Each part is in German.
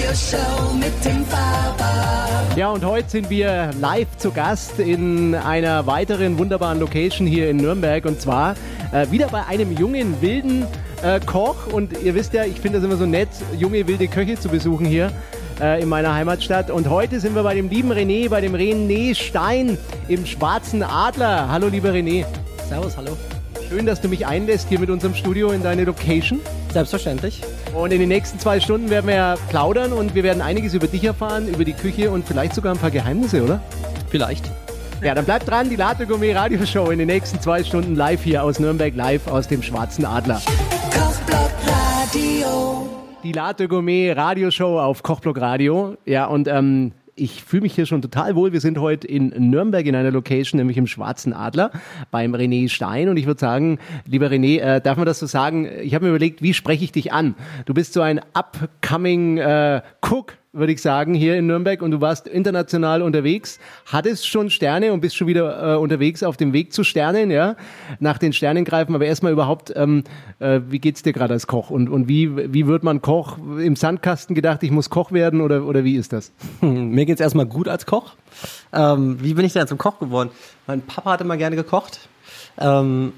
Radioshow mit Tim Faber. Ja, und heute sind wir live zu Gast in einer weiteren wunderbaren Location hier in Nürnberg. Und zwar wieder bei einem jungen, wilden Koch. Und ihr wisst ja, ich finde das immer so nett, junge, wilde Köche zu besuchen hier in meiner Heimatstadt. Und heute sind wir bei dem lieben René, bei dem René Stein im Schwarzen Adler. Hallo, lieber René. Servus, hallo. Schön, dass du mich einlässt hier mit unserem Studio in deine Location. Selbstverständlich. Und in den nächsten 2 Stunden werden wir ja plaudern und wir werden einiges über dich erfahren, über die Küche und vielleicht sogar ein paar Geheimnisse, oder? Vielleicht. Ja, dann bleibt dran, die Latte Gourmet Radioshow in den nächsten 2 Stunden live hier aus Nürnberg, live aus dem Schwarzen Adler. Kochblock Radio. Die Latte Gourmet Radioshow auf Kochblock Radio. Ja, und ich fühle mich hier schon total wohl. Wir sind heute in Nürnberg in einer Location, nämlich im Schwarzen Adler beim René Stein. Und ich würde sagen, lieber René, darf man das so sagen? Ich habe mir überlegt, wie spreche ich dich an? Du bist so ein upcoming Cook, würde ich sagen, hier in Nürnberg. Und du warst international unterwegs, hattest schon Sterne und bist schon wieder unterwegs auf dem Weg zu Sternen, ja? Nach den Sternen greifen. Aber erstmal überhaupt, wie geht's dir gerade als Koch? Und wie wird man Koch? Im Sandkasten gedacht, ich muss Koch werden oder wie ist das? Mir geht's erstmal gut als Koch. Wie bin ich denn zum Koch geworden? Mein Papa hat immer gerne gekocht. Und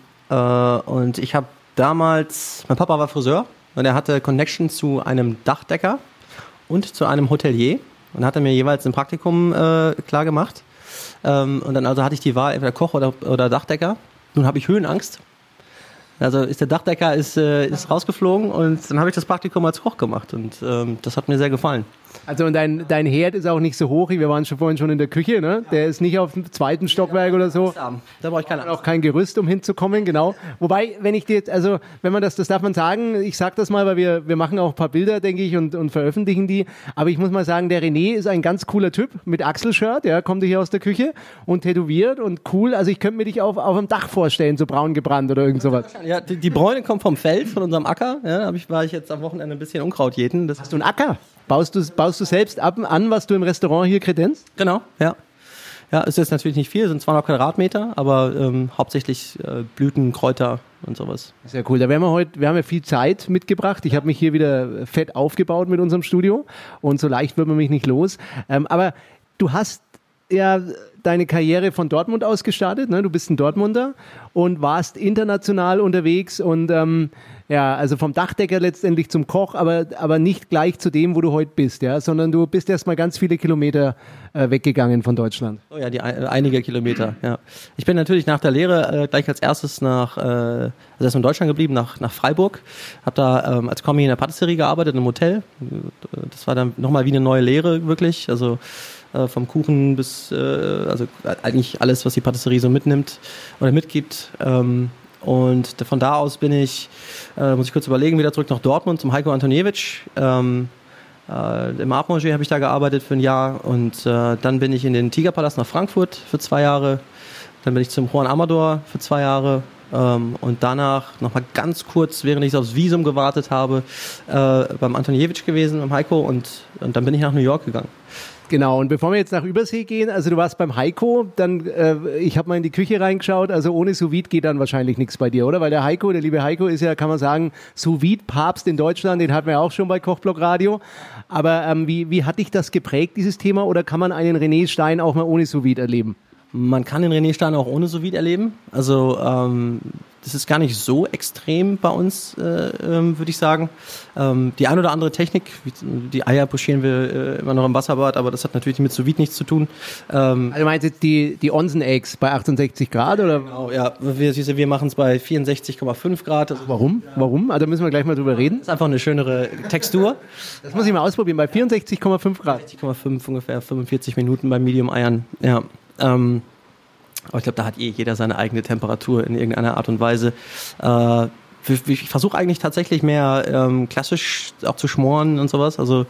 ich habe damals, mein Papa war Friseur und er hatte Connection zu einem Dachdecker und zu einem Hotelier und hat er mir jeweils ein Praktikum klar gemacht. Und dann also hatte ich die Wahl, entweder Koch oder Dachdecker. Nun habe ich Höhenangst. Also ist der Dachdecker ist rausgeflogen und dann habe ich das Praktikum als Koch gemacht und das hat mir sehr gefallen. Also und dein Herd ist auch nicht so hoch, wir waren vorhin schon in der Küche, ne? Der ist nicht auf dem 2. Stockwerk oder so. Da brauche ich keine Angst. Auch kein Gerüst, um hinzukommen, genau. Wobei, wenn man das darf man sagen, ich sag das mal, weil wir machen auch ein paar Bilder, denke ich, und veröffentlichen die. Aber ich muss mal sagen, der René ist ein ganz cooler Typ mit Achselshirt, ja, kommt hier aus der Küche und tätowiert und cool. Also ich könnte mir dich auf dem Dach vorstellen, so braun gebrannt oder irgend sowas. Ja, die Bräune kommt vom Feld, von unserem Acker. Ja, war ich jetzt am Wochenende ein bisschen Unkraut jäten. Hast du einen Acker? Baust du selbst an, was du im Restaurant hier kredenzt? Genau, ja. Ja, ist jetzt natürlich nicht viel, sind 200 Quadratmeter, aber hauptsächlich Blüten, Kräuter und sowas. Sehr cool. Wir haben ja viel Zeit mitgebracht. Ich habe mich hier wieder fett aufgebaut mit unserem Studio und so leicht wird man mich nicht los. Aber du hast ja deine Karriere von Dortmund aus gestartet, ne? Du bist ein Dortmunder und warst international unterwegs und also vom Dachdecker letztendlich zum Koch, aber nicht gleich zu dem, wo du heute bist, ja, sondern du bist erst mal ganz viele Kilometer weggegangen von Deutschland. Oh ja, einige Kilometer, ja. Ich bin natürlich nach der Lehre gleich als erstes also erst in Deutschland geblieben, nach Freiburg, habe da als Kommi in der Patisserie gearbeitet, im Hotel. Das war dann nochmal wie eine neue Lehre, wirklich, also vom Kuchen bis, also eigentlich alles, was die Patisserie so mitnimmt oder mitgibt. Und von da aus bin ich, muss ich kurz überlegen, wieder zurück nach Dortmund zum Heiko Antoniewicz. Im Art-Manger habe ich da gearbeitet für ein Jahr und dann bin ich in den Tigerpalast nach Frankfurt für 2 Jahre. Dann bin ich zum Juan Amador für 2 Jahre. Und danach nochmal ganz kurz, während ich aufs Visum gewartet habe, beim Antoniewicz gewesen, beim Heiko und dann bin ich nach New York gegangen. Genau, und bevor wir jetzt nach Übersee gehen, also du warst beim Heiko, dann, ich habe mal in die Küche reingeschaut, also ohne Sous-Vide geht dann wahrscheinlich nichts bei dir, oder? Weil der liebe Heiko ist ja, kann man sagen, Sous-Vide-Papst in Deutschland, den hatten wir auch schon bei Kochblock Radio. Aber wie hat dich das geprägt, dieses Thema, oder kann man einen René Stein auch mal ohne Sous-Vide erleben? Man kann den René Stein auch ohne Sous-Vide erleben, also das ist gar nicht so extrem bei uns, würde ich sagen. Die ein oder andere Technik, die Eier pochieren wir immer noch im Wasserbad, aber das hat natürlich mit Sous-Vide nichts zu tun. Also meinst du jetzt die Onsen-Eggs bei 68 Grad? Oder? Genau, ja. Wir machen es bei 64,5 Grad. Warum? Also da müssen wir gleich mal drüber reden. Das ist einfach eine schönere Textur. Das muss ich mal ausprobieren, bei 64,5 Grad. 64,5, ungefähr 45 Minuten bei Medium-Eiern, ja. Aber ich glaube, da hat jeder seine eigene Temperatur in irgendeiner Art und Weise. Ich versuche eigentlich tatsächlich mehr klassisch auch zu schmoren und sowas. Also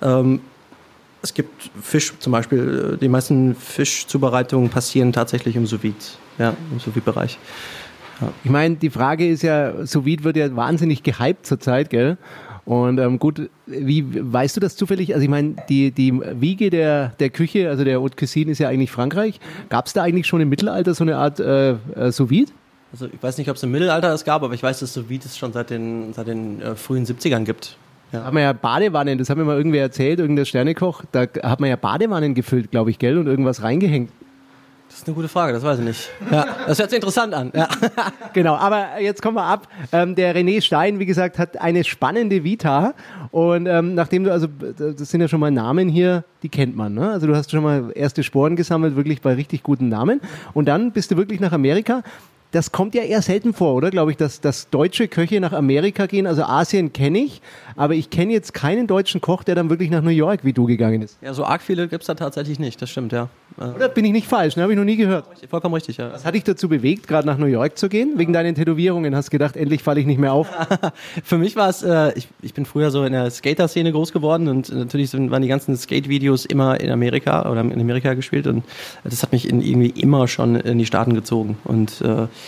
es gibt Fisch zum Beispiel, die meisten Fischzubereitungen passieren tatsächlich im Sous-Vide, ja, im Sous-Vide-Bereich. Ja. Ich meine, die Frage ist ja, Sous-Vide wird ja wahnsinnig gehypt zurzeit, gell? Und gut, wie weißt du das zufällig? Also ich meine, die Wiege der Küche, also der Haute Cuisine ist ja eigentlich Frankreich. Gab es da eigentlich schon im Mittelalter so eine Art Sous-Vide? Also ich weiß nicht, ob es im Mittelalter es gab, aber ich weiß, dass Sous-Vide es schon seit den frühen 70ern gibt. Ja. Da hat man ja Badewannen, das hat mir mal irgendwer erzählt, irgendein Sternekoch, da hat man ja Badewannen gefüllt, glaube ich, gell, und irgendwas reingehängt. Das ist eine gute Frage, das weiß ich nicht. Ja, das hört sich interessant an. Ja. Genau, aber jetzt kommen wir ab. Der René Stein, wie gesagt, hat eine spannende Vita und nachdem du, also das sind ja schon mal Namen hier, die kennt man, ne? Also du hast schon mal erste Sporen gesammelt, wirklich bei richtig guten Namen und dann bist du wirklich nach Amerika. Das kommt ja eher selten vor, oder? Glaube ich, dass deutsche Köche nach Amerika gehen. Also Asien kenne ich, aber ich kenne jetzt keinen deutschen Koch, der dann wirklich nach New York wie du gegangen ist. Ja, so arg viele gibt es da tatsächlich nicht, das stimmt, ja. Oder bin ich nicht falsch? Ne? Habe ich noch nie gehört. Vollkommen richtig, ja. Was hat dich dazu bewegt, gerade nach New York zu gehen? Wegen deinen Tätowierungen? Hast gedacht, endlich falle ich nicht mehr auf? Für mich war es, ich bin früher so in der Skater-Szene groß geworden und natürlich waren die ganzen Skate-Videos immer in Amerika oder in Amerika gespielt und das hat mich irgendwie immer schon in die Staaten gezogen und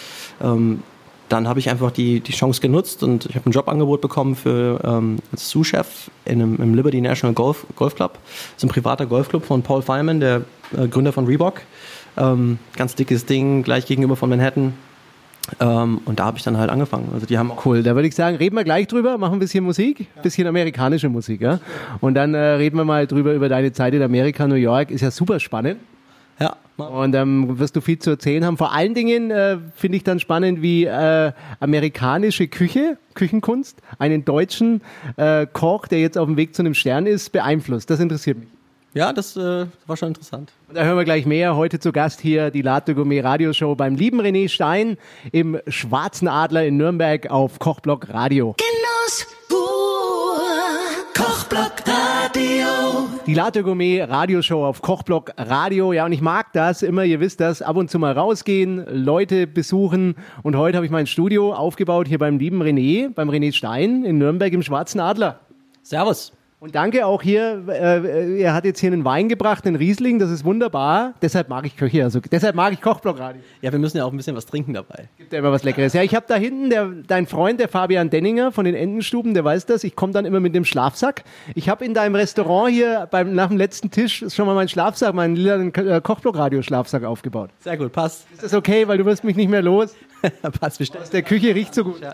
dann habe ich einfach die Chance genutzt und ich habe ein Jobangebot bekommen für als Sous-Chef im Liberty National Golf Club. Das ist ein privater Golfclub von Paul Feynman, der Gründer von Reebok. Ganz dickes Ding, gleich gegenüber von Manhattan. Und da habe ich dann halt angefangen. Also die haben Cool, da würde ich sagen, reden wir gleich drüber, machen ein bisschen Musik, ein bisschen amerikanische Musik. Ja? Und dann reden wir mal drüber über deine Zeit in Amerika, New York, ist ja super spannend. ja, Und wirst du viel zu erzählen haben. Vor allen Dingen finde ich dann spannend, wie amerikanische Küchenkunst, einen deutschen Koch, der jetzt auf dem Weg zu einem Stern ist, beeinflusst. Das interessiert mich. ja, das war schon interessant. Und da hören wir gleich mehr. Heute zu Gast hier die Latte Gourmet Radioshow beim lieben René Stein im Schwarzen Adler in Nürnberg auf Kochblock Radio. Genuss pur. Kochblock Radio. Die Latte Gourmet Radioshow auf Kochblock Radio. Ja, und ich mag das immer, ihr wisst das, ab und zu mal rausgehen, Leute besuchen. Und heute habe ich mein Studio aufgebaut hier beim lieben René, beim René Stein in Nürnberg im Schwarzen Adler. Servus. Und danke auch hier, er hat jetzt hier einen Wein gebracht, einen Riesling, das ist wunderbar. Deshalb mag ich Köche, also deshalb mag ich Kochblock Radio. Ja, wir müssen ja auch ein bisschen was trinken dabei. Gibt ja immer was Leckeres. Ja, ich habe da hinten, dein Freund, der Fabian Denninger von den Entenstuben, der weiß das, ich komme dann immer mit dem Schlafsack. Ich habe in deinem Restaurant hier nach dem letzten Tisch schon mal meinen Schlafsack, meinen lilanen Kochblock Radio Schlafsack aufgebaut. Sehr gut, passt. Ist das okay, weil du wirst mich nicht mehr los? Passt bestimmt. Aus der Küche riecht so gut. Ja.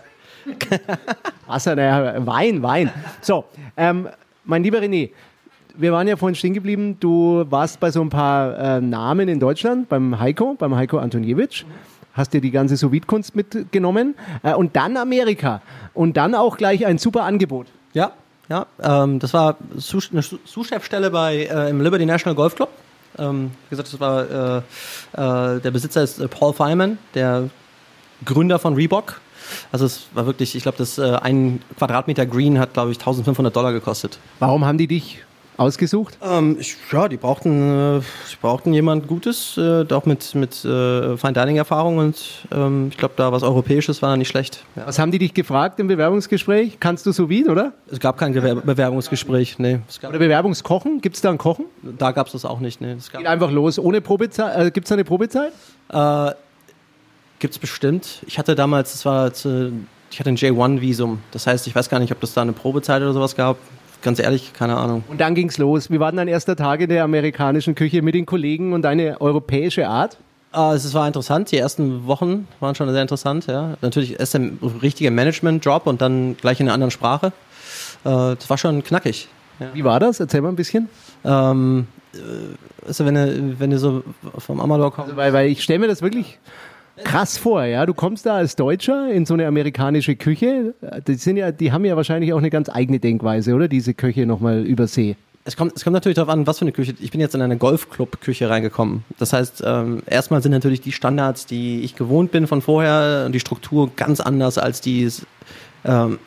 Wasser, naja, Wein. So, mein lieber René, wir waren ja vorhin stehen geblieben, du warst bei so ein paar Namen in Deutschland, beim Heiko Antoniewicz, hast dir die ganze Sous-Vide-Kunst mitgenommen und dann Amerika und dann auch gleich ein super Angebot. Ja, das war eine Sous-Chef-Stelle im Liberty National Golf Club. Wie gesagt, das war der Besitzer ist Paul Feynman, der Gründer von Reebok. Also es war wirklich, ich glaube, das ein Quadratmeter Green hat, glaube ich, $1.500 gekostet. Warum haben die dich ausgesucht? Die brauchten jemand Gutes, auch mit Fine Dining Erfahrung und ich glaube, da was Europäisches war nicht schlecht. Ja. Was haben die dich gefragt im Bewerbungsgespräch? Kannst du Sous-Vide, oder? Es gab kein Bewerbungsgespräch, nee. Oder Bewerbungskochen? Gibt es da ein Kochen? Da gab es das auch nicht, nee. Geht einfach los, ohne Probezeit? Gibt es da eine Probezeit? Gibt's bestimmt. Ich hatte damals, ich hatte ein J1-Visum. Das heißt, ich weiß gar nicht, ob das da eine Probezeit oder sowas gab. Ganz ehrlich, keine Ahnung. Und dann ging's los. Wie war denn dein erster Tag in der amerikanischen Küche mit den Kollegen und deine europäische Art? Es war interessant. Die ersten Wochen waren schon sehr interessant. Ja. Natürlich erst ein richtiger Management-Job und dann gleich in einer anderen Sprache. Das war schon knackig. Ja. Wie war das? Erzähl mal ein bisschen. Also wenn du so vom Amador kommst. Also, weil ich stelle mir das wirklich krass vor, ja. Du kommst da als Deutscher in so eine amerikanische Küche. Die haben ja wahrscheinlich auch eine ganz eigene Denkweise, oder? Diese Köche nochmal über See. Es kommt natürlich darauf an, was für eine Küche. Ich bin jetzt in eine Golfclub-Küche reingekommen. Das heißt, erstmal sind natürlich die Standards, die ich gewohnt bin von vorher, und die Struktur ganz anders als die in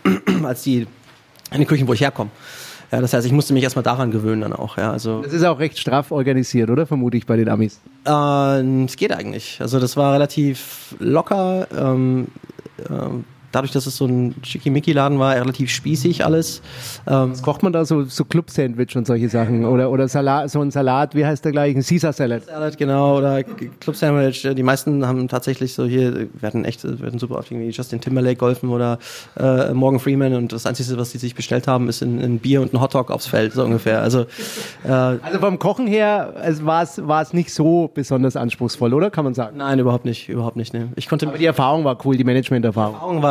den Küchen, wo ich herkomme. Ja, das heißt, ich musste mich erstmal daran gewöhnen dann auch. Ja, also das ist auch recht straff organisiert, oder? Vermute ich bei den Amis. Es geht eigentlich. Also das war relativ locker. Dadurch, dass es so ein Schickimicki-Laden war, relativ spießig alles. Was kocht man da so Club-Sandwich und solche Sachen? Oder Salat, so ein Salat, wie heißt der gleich? Ein Caesar Salad. Salad, genau, oder Club-Sandwich. Die meisten haben tatsächlich so hier, wir hatten super oft irgendwie Justin Timberlake geholfen oder Morgan Freeman und das Einzige, was die sich bestellt haben, ist ein Bier und ein Hotdog aufs Feld, so ungefähr. Also vom Kochen her war es nicht so besonders anspruchsvoll, oder? Kann man sagen? Nein, überhaupt nicht. Nee. Aber die Erfahrung war cool, die Management-Erfahrung. Die Erfahrung war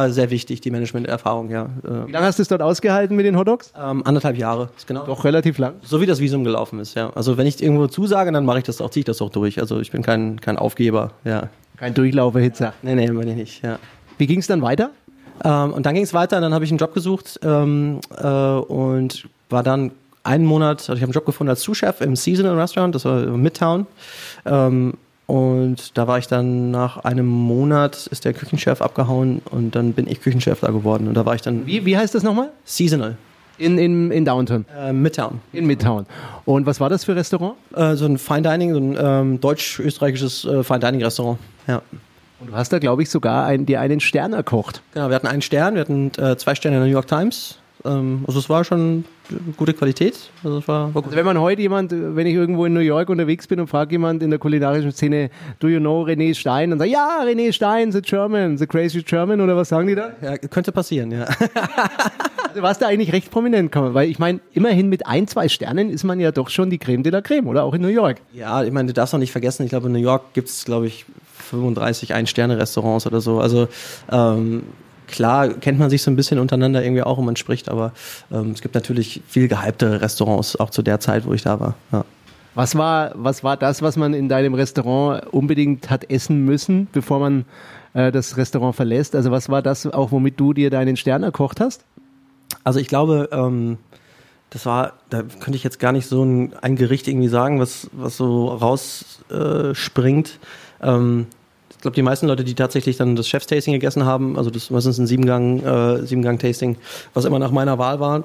Fall sehr wichtig, die Management-Erfahrung, ja. Wie lange hast du es dort ausgehalten mit den Hotdogs? 1,5 Jahre, ist genau. Doch relativ lang. So wie das Visum gelaufen ist, ja. Also wenn ich irgendwo zusage, dann mache ich das auch, ziehe ich das auch durch. Also ich bin kein Aufgeber, ja. Kein Durchlauferhitzer. Nee, bin ich nicht, ja. Wie ging es dann weiter? Und dann ging es weiter, dann habe ich einen Job gesucht und war dann einen Monat, also ich habe einen Job gefunden als Sous-Chef im Seasonal Restaurant, das war Midtown. Und da war ich dann nach einem Monat, ist der Küchenchef abgehauen und dann bin ich Küchenchef da geworden. Und da war ich dann... Wie heißt das nochmal? Seasonal. In Downtown? Midtown. In Midtown. Und was war das für Restaurant? So ein Fine Dining, so ein deutsch-österreichisches Fine Dining Restaurant, ja. Und du hast da, glaube ich, sogar dir einen Stern erkocht. Genau, wir hatten einen Stern, wir hatten 2 Sterne in der New York Times. Also es war schon gute Qualität. Also es war gut. Also wenn man heute wenn ich irgendwo in New York unterwegs bin und frage jemand in der kulinarischen Szene, do you know René Stein? Dann sagt, ja, René Stein, the German, the crazy German, oder was sagen die da? Ja, könnte passieren, ja. Also warst du eigentlich recht prominent, weil ich meine, immerhin mit 1, 2 Sternen ist man ja doch schon die Creme de la Creme, oder? Auch in New York. Ja, ich meine, du darfst noch nicht vergessen, ich glaube in New York gibt es, glaube ich, 35 Ein-Sterne-Restaurants oder so. Also klar kennt man sich so ein bisschen untereinander irgendwie auch und man spricht, aber es gibt natürlich viel gehyptere Restaurants, auch zu der Zeit, wo ich da war. Ja. Was war das, was man in deinem Restaurant unbedingt hat essen müssen, bevor man das Restaurant verlässt? Also was war das auch, womit du dir deinen Stern erkocht hast? Also ich glaube, da könnte ich jetzt gar nicht so ein Gericht irgendwie sagen, was so rausspringt. Ich glaube, die meisten Leute, die tatsächlich dann das Chef's-Tasting gegessen haben, also das meistens ein 7-Gang-Tasting, was immer nach meiner Wahl war.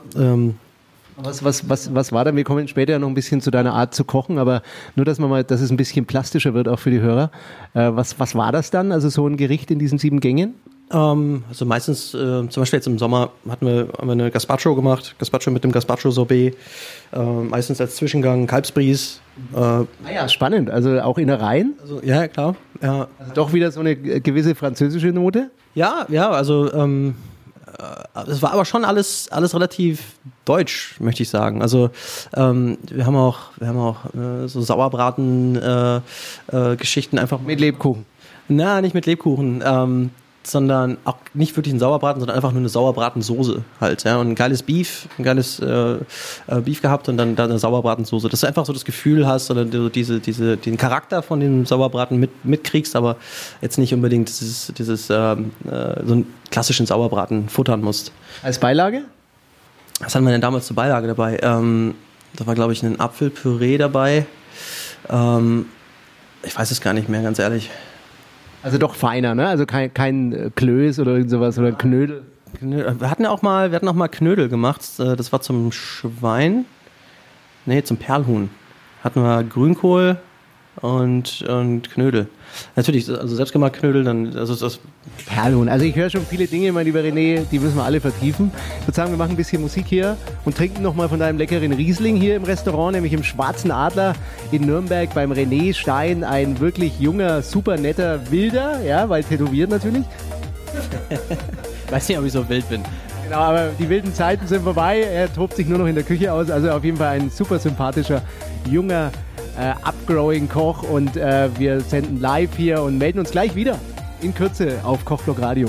Was war da? Wir kommen später ja noch ein bisschen zu deiner Art zu kochen, aber nur, dass es ein bisschen plastischer wird, auch für die Hörer. Was war das dann? Also so ein Gericht in diesen 7 Gängen? Also meistens, zum Beispiel jetzt im Sommer haben wir eine Gazpacho gemacht, Gazpacho mit dem Gazpacho-Sorbet, meistens als Zwischengang Kalbsbries. Ja, spannend, also auch Innereien? Also, ja, klar. Ja. Also doch wieder so eine gewisse französische Note? Ja, also es war aber schon alles relativ deutsch, möchte ich sagen. Also wir haben auch so Sauerbraten-Geschichten einfach... Mit Lebkuchen? Na, nicht mit Lebkuchen, sondern auch nicht wirklich ein Sauerbraten, sondern einfach nur eine Sauerbratensoße halt, ja, und ein geiles Beef gehabt und dann eine Sauerbratensoße, dass du einfach so das Gefühl hast oder du den Charakter von dem Sauerbraten mitkriegst, aber jetzt nicht unbedingt so einen klassischen Sauerbraten futtern musst. Als Beilage? Was hatten wir denn damals zur Beilage dabei? Da war, glaube ich, ein Apfelpüree dabei. Ich weiß es gar nicht mehr, ganz ehrlich. Also doch feiner, ne? Also kein Klöß oder irgend sowas oder Knödel. Wir hatten auch mal Knödel gemacht. Das war zum Schwein. Nee, zum Perlhuhn. Hatten wir Grünkohl und Knödel. Natürlich, also selbstgemacht Knödel, dann, also das. Perlhuhn. Also ich höre schon viele Dinge, mein lieber René, die müssen wir alle vertiefen. Ich würde sagen, wir machen ein bisschen Musik hier und trinken nochmal von deinem leckeren Riesling hier im Restaurant, nämlich im Schwarzen Adler in Nürnberg beim René Stein. Ein wirklich junger, super netter Wilder, ja, weil tätowiert natürlich. Weiß nicht, ob ich so wild bin. Genau, aber die wilden Zeiten sind vorbei. Er tobt sich nur noch in der Küche aus. Also auf jeden Fall ein super sympathischer, junger, upgrowing Koch. Und wir senden live hier und melden uns gleich wieder in Kürze auf Kochblock Radio.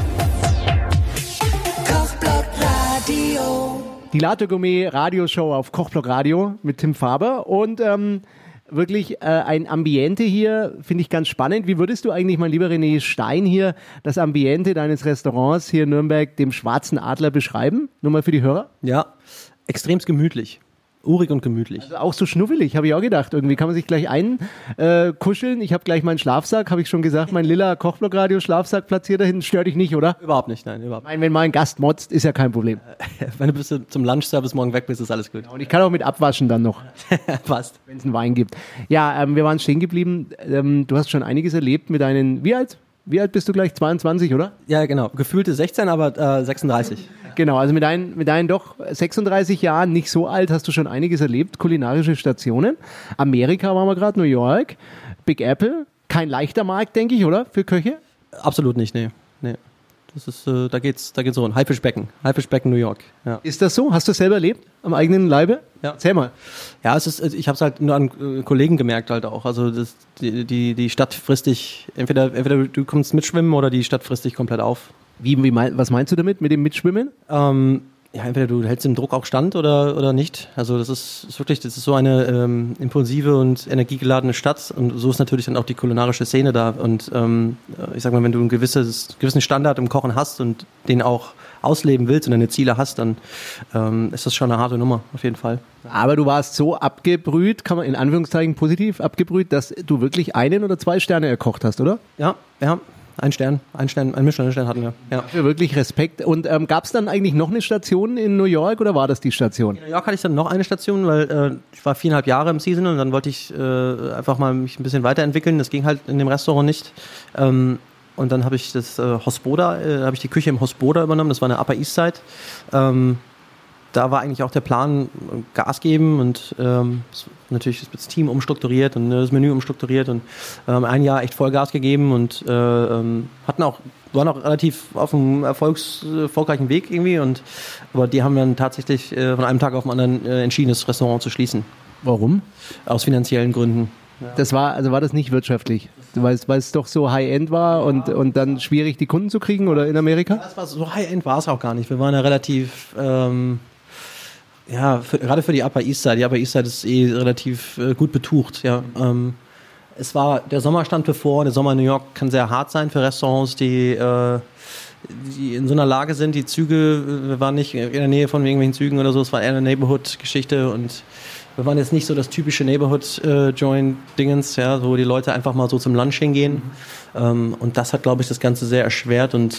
Kochblock Radio. Die Latte Gourmet Radioshow auf Kochblock Radio mit Tim Faber und wirklich ein Ambiente hier, finde ich ganz spannend. Wie würdest du eigentlich, mein lieber René Stein, hier das Ambiente deines Restaurants hier in Nürnberg, dem Schwarzen Adler, beschreiben? Nur mal für die Hörer. Ja, extremst gemütlich. Urig und gemütlich. Also auch so schnuffelig, habe ich auch gedacht. Irgendwie kann man sich gleich einkuscheln. Ich habe gleich meinen Schlafsack, habe ich schon gesagt, mein lila Kochblock-Radio-Schlafsack platziert da hinten. Stört dich nicht, oder? Überhaupt nicht, nein, überhaupt nicht. Wenn mal ein Gast motzt, ist ja kein Problem. Wenn du bis zum Lunchservice morgen weg bist, ist alles gut. Und ich kann auch mit abwaschen dann noch. Passt. Wenn es einen Wein gibt. Ja, wir waren stehen geblieben. Du hast schon einiges erlebt mit deinen, wie alt bist du gleich? 22, oder? Ja, genau. Gefühlte 16, aber 36. Genau, also mit deinen doch 36 Jahren, nicht so alt, hast du schon einiges erlebt, kulinarische Stationen. Amerika waren wir gerade, New York, Big Apple, kein leichter Markt, denke ich, oder? Für Köche? Absolut nicht, nee. Das ist, da geht's so. Haifischbecken, New York. Ja. Ist das so? Hast du es selber erlebt? Am eigenen Leibe? Ja. Erzähl mal. Ja, ich habe es halt nur an Kollegen gemerkt halt auch. Also die Stadt frisst dich, entweder du kommst mitschwimmen oder die Stadt frisst dich komplett auf. Was meinst du damit, mit dem Mitschwimmen? Ja, entweder du hältst den Druck auch stand oder nicht. Also das ist so eine impulsive und energiegeladene Stadt und so ist natürlich dann auch die kulinarische Szene da. Und ich sag mal, wenn du einen gewissen Standard im Kochen hast und den auch ausleben willst und deine Ziele hast, dann ist das schon eine harte Nummer, auf jeden Fall. Aber du warst so abgebrüht, kann man in Anführungszeichen positiv abgebrüht, dass du wirklich 1 oder 2 Sterne erkocht hast, oder? Ja. Ein Michelin-Stern hatten wir. Ja. Für wirklich Respekt. Und gab es dann eigentlich noch eine Station in New York oder war das die Station? In New York hatte ich dann noch eine Station, weil ich war 4,5 Jahre im Season und dann wollte ich einfach mal mich ein bisschen weiterentwickeln. Das ging halt in dem Restaurant nicht. Und dann habe ich das Hospoda, habe ich die Küche im Hospoda übernommen. Das war eine Upper East Side. Da war eigentlich auch der Plan, Gas geben und natürlich das Team umstrukturiert und das Menü umstrukturiert und ein Jahr echt Vollgas gegeben und waren auch relativ auf einem erfolgreichen Weg irgendwie aber die haben dann tatsächlich von einem Tag auf den anderen entschieden, das Restaurant zu schließen. Warum? Aus finanziellen Gründen. Ja. War das nicht wirtschaftlich? Weil es doch so High-End war und dann schwierig die Kunden zu kriegen oder in Amerika? Das war so High-End war es auch gar nicht. Wir waren ja relativ gerade für die Upper East Side. Die Upper East Side ist relativ gut betucht. Ja. Der Sommer stand bevor. Der Sommer in New York kann sehr hart sein für Restaurants, die in so einer Lage sind. Die Züge, wir waren nicht in der Nähe von irgendwelchen Zügen oder so. Es war eher eine Neighborhood-Geschichte und wir waren jetzt nicht so das typische Neighborhood-Joint-Dingens, ja, wo die Leute einfach mal so zum Lunch hingehen. Und das hat, glaube ich, das Ganze sehr erschwert und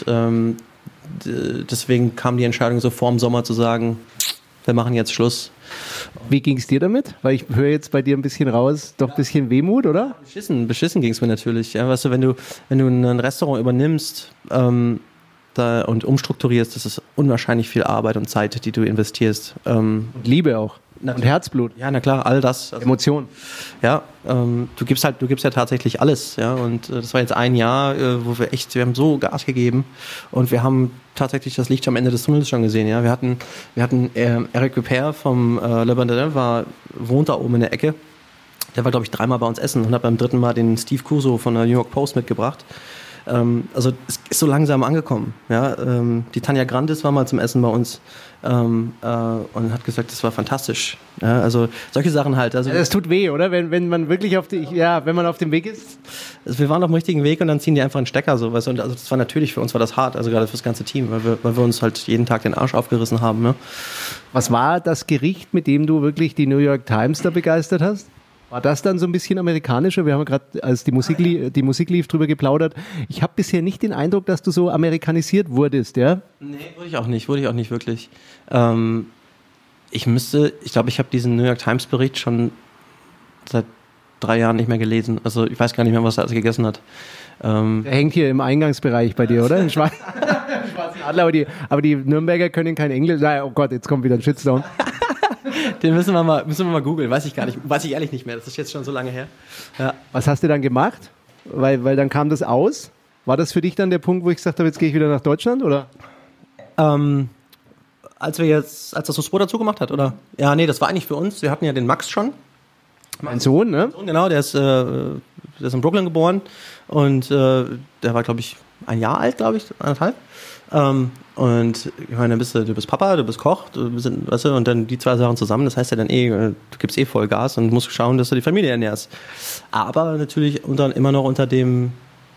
deswegen kam die Entscheidung so vor dem Sommer zu sagen, wir machen jetzt Schluss. Wie ging es dir damit? Weil ich höre jetzt bei dir ein bisschen raus, doch ein bisschen Wehmut, oder? Beschissen ging es mir natürlich. Ja, weißt du, wenn du ein Restaurant übernimmst und umstrukturierst, das ist unwahrscheinlich viel Arbeit und Zeit, die du investierst. Und Liebe auch. Und Herzblut. Ja, na klar, all das. Also, Emotionen. Ja, du gibst ja tatsächlich alles, ja. Und das war jetzt ein Jahr, wo wir haben so Gas gegeben und wir haben tatsächlich das Licht am Ende des Tunnels schon gesehen, ja. Wir hatten Eric Ripert vom Le Bandadin, wohnt da oben in der Ecke. Der war, glaube ich, 3-mal bei uns essen und hat beim 3. Mal den Steve Kuso von der New York Post mitgebracht. Also es ist so langsam angekommen. Ja? Die Tanja Grandis war mal zum Essen bei uns und hat gesagt, das war fantastisch. Ja? Also solche Sachen halt. Also, das tut weh, oder? Wenn man wirklich wenn man auf dem Weg ist? Also wir waren auf dem richtigen Weg und dann ziehen die einfach einen Stecker. So, weißt du? Und also das war natürlich, für uns war das hart, also gerade für das ganze Team, weil wir uns halt jeden Tag den Arsch aufgerissen haben. Ne? Was war das Gericht, mit dem du wirklich die New York Times da begeistert hast? War das dann so ein bisschen amerikanischer? Wir haben gerade, als die Musik lief, drüber geplaudert. Ich habe bisher nicht den Eindruck, dass du so amerikanisiert wurdest, ja? Nee, wurde ich auch nicht wirklich. Ich glaube, ich habe diesen New York Times Bericht schon seit 3 Jahren nicht mehr gelesen. Also ich weiß gar nicht mehr, was er alles gegessen hat. Der hängt hier im Eingangsbereich bei dir, oder? Im Schwarzen Adler, aber die Nürnberger können kein Englisch. Oh Gott, jetzt kommt wieder ein Shitstorm. Den müssen wir mal googeln, weiß ich ehrlich nicht mehr, das ist jetzt schon so lange her. Ja. Was hast du dann gemacht? Weil dann kam das aus. War das für dich dann der Punkt, wo ich gesagt habe, jetzt gehe ich wieder nach Deutschland, oder? Als das Hospoda zugemacht hat, oder? Ja, nee, das war eigentlich für uns, wir hatten ja den Max schon. Mein Sohn, ne? Genau, der ist in Brooklyn geboren und der war, glaube ich, 1 Jahr alt, glaube ich, 1,5. Und ich meine, du bist Papa, du bist Koch, weißt du, und dann die 2 Sachen zusammen, das heißt ja dann du gibst voll Gas und musst schauen, dass du die Familie ernährst. Aber natürlich immer noch unter der